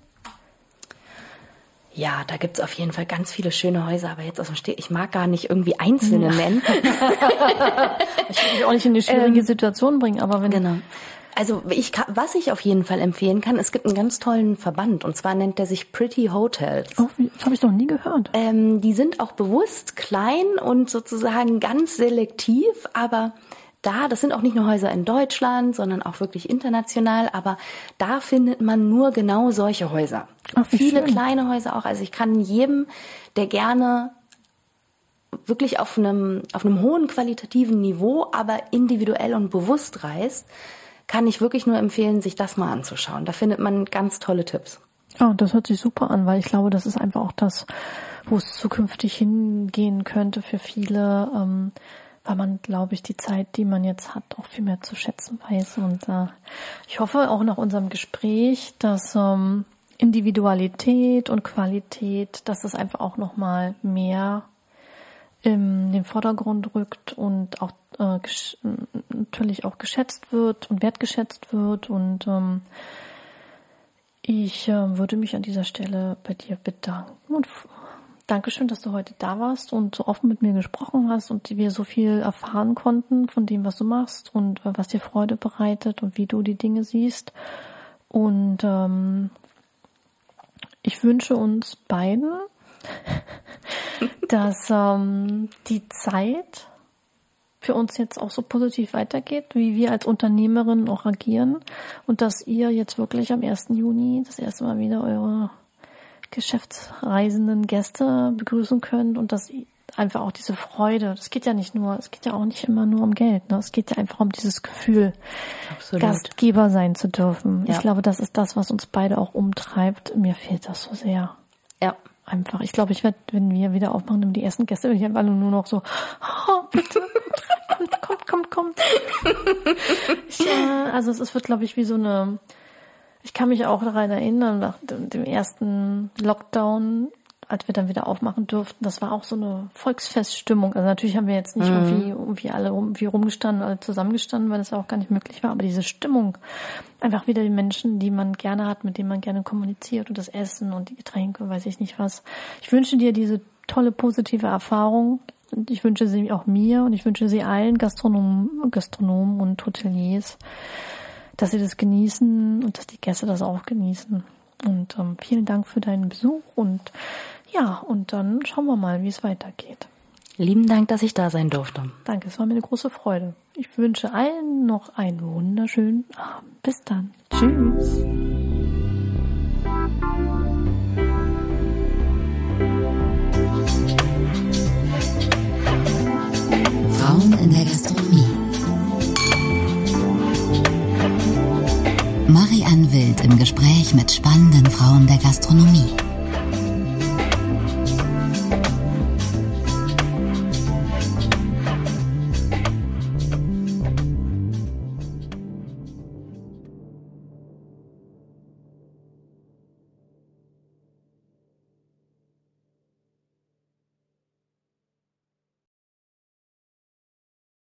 Ja, da gibt's auf jeden Fall ganz viele schöne Häuser, aber jetzt aus dem Steh, ich mag gar nicht irgendwie einzelne ja. nennen. Ich will dich auch nicht in eine schwierige ähm, Situation bringen, aber wenn... Genau. Also ich, was ich auf jeden Fall empfehlen kann, es gibt einen ganz tollen Verband und zwar nennt der sich Pretty Hotels. Oh, das habe ich noch nie gehört. Ähm, die sind auch bewusst klein und sozusagen ganz selektiv, aber da, das sind auch nicht nur Häuser in Deutschland, sondern auch wirklich international, aber da findet man nur genau solche Häuser. Ach, viele schön. Kleine Häuser auch. Also ich kann jedem, der gerne wirklich auf einem, auf einem hohen qualitativen Niveau, aber individuell und bewusst reist, kann ich wirklich nur empfehlen, sich das mal anzuschauen. Da findet man ganz tolle Tipps. Ja, das hört sich super an, weil ich glaube, das ist einfach auch das, wo es zukünftig hingehen könnte für viele, ähm, weil man, glaube ich, die Zeit, die man jetzt hat, auch viel mehr zu schätzen weiß. Und äh, ich hoffe auch nach unserem Gespräch, dass ähm, Individualität und Qualität, dass das einfach auch nochmal mehr in den Vordergrund rückt und auch äh, gesch- natürlich auch geschätzt wird und wertgeschätzt wird. Und ähm, ich äh, würde mich an dieser Stelle bei dir bedanken und f- Dankeschön, dass du heute da warst und so offen mit mir gesprochen hast und wir so viel erfahren konnten von dem, was du machst und was dir Freude bereitet und wie du die Dinge siehst. Und ähm, ich wünsche uns beiden, dass ähm, die Zeit für uns jetzt auch so positiv weitergeht, wie wir als Unternehmerinnen auch agieren und dass ihr jetzt wirklich am ersten Juni das erste Mal wieder eure geschäftsreisenden Gäste begrüßen könnt und dass einfach auch diese Freude, das geht ja nicht nur, es geht ja auch nicht immer nur um Geld, ne? Es geht ja einfach um dieses Gefühl, Absolut. Gastgeber sein zu dürfen. Ja. Ich glaube, das ist das, was uns beide auch umtreibt. Mir fehlt das so sehr. Ja. Einfach. Ich glaube, ich werde, wenn wir wieder aufmachen, um die ersten Gäste, werde ich einfach nur noch so, oh, bitte, kommt, kommt, kommt, kommt. Ich, äh, also es wird, glaube ich, wie so eine, ich kann mich auch daran erinnern, nach dem ersten Lockdown, als wir dann wieder aufmachen durften, das war auch so eine Volksfeststimmung. Also natürlich haben wir jetzt nicht mhm. irgendwie, irgendwie alle irgendwie rumgestanden, alle zusammengestanden, weil das ja auch gar nicht möglich war. Aber diese Stimmung, einfach wieder die Menschen, die man gerne hat, mit denen man gerne kommuniziert und das Essen und die Getränke, weiß ich nicht was. Ich wünsche dir diese tolle, positive Erfahrung. Und ich wünsche sie auch mir und ich wünsche sie allen Gastronomen, Gastronomen und Hoteliers, dass sie das genießen und dass die Gäste das auch genießen. Und ähm, vielen Dank für deinen Besuch und ja, und dann schauen wir mal, wie es weitergeht. Lieben Dank, dass ich da sein durfte. Danke, es war mir eine große Freude. Ich wünsche allen noch einen wunderschönen Abend. Bis dann. Tschüss. Frauen in der Gastronomie. Marianne Wild im Gespräch mit spannenden Frauen der Gastronomie.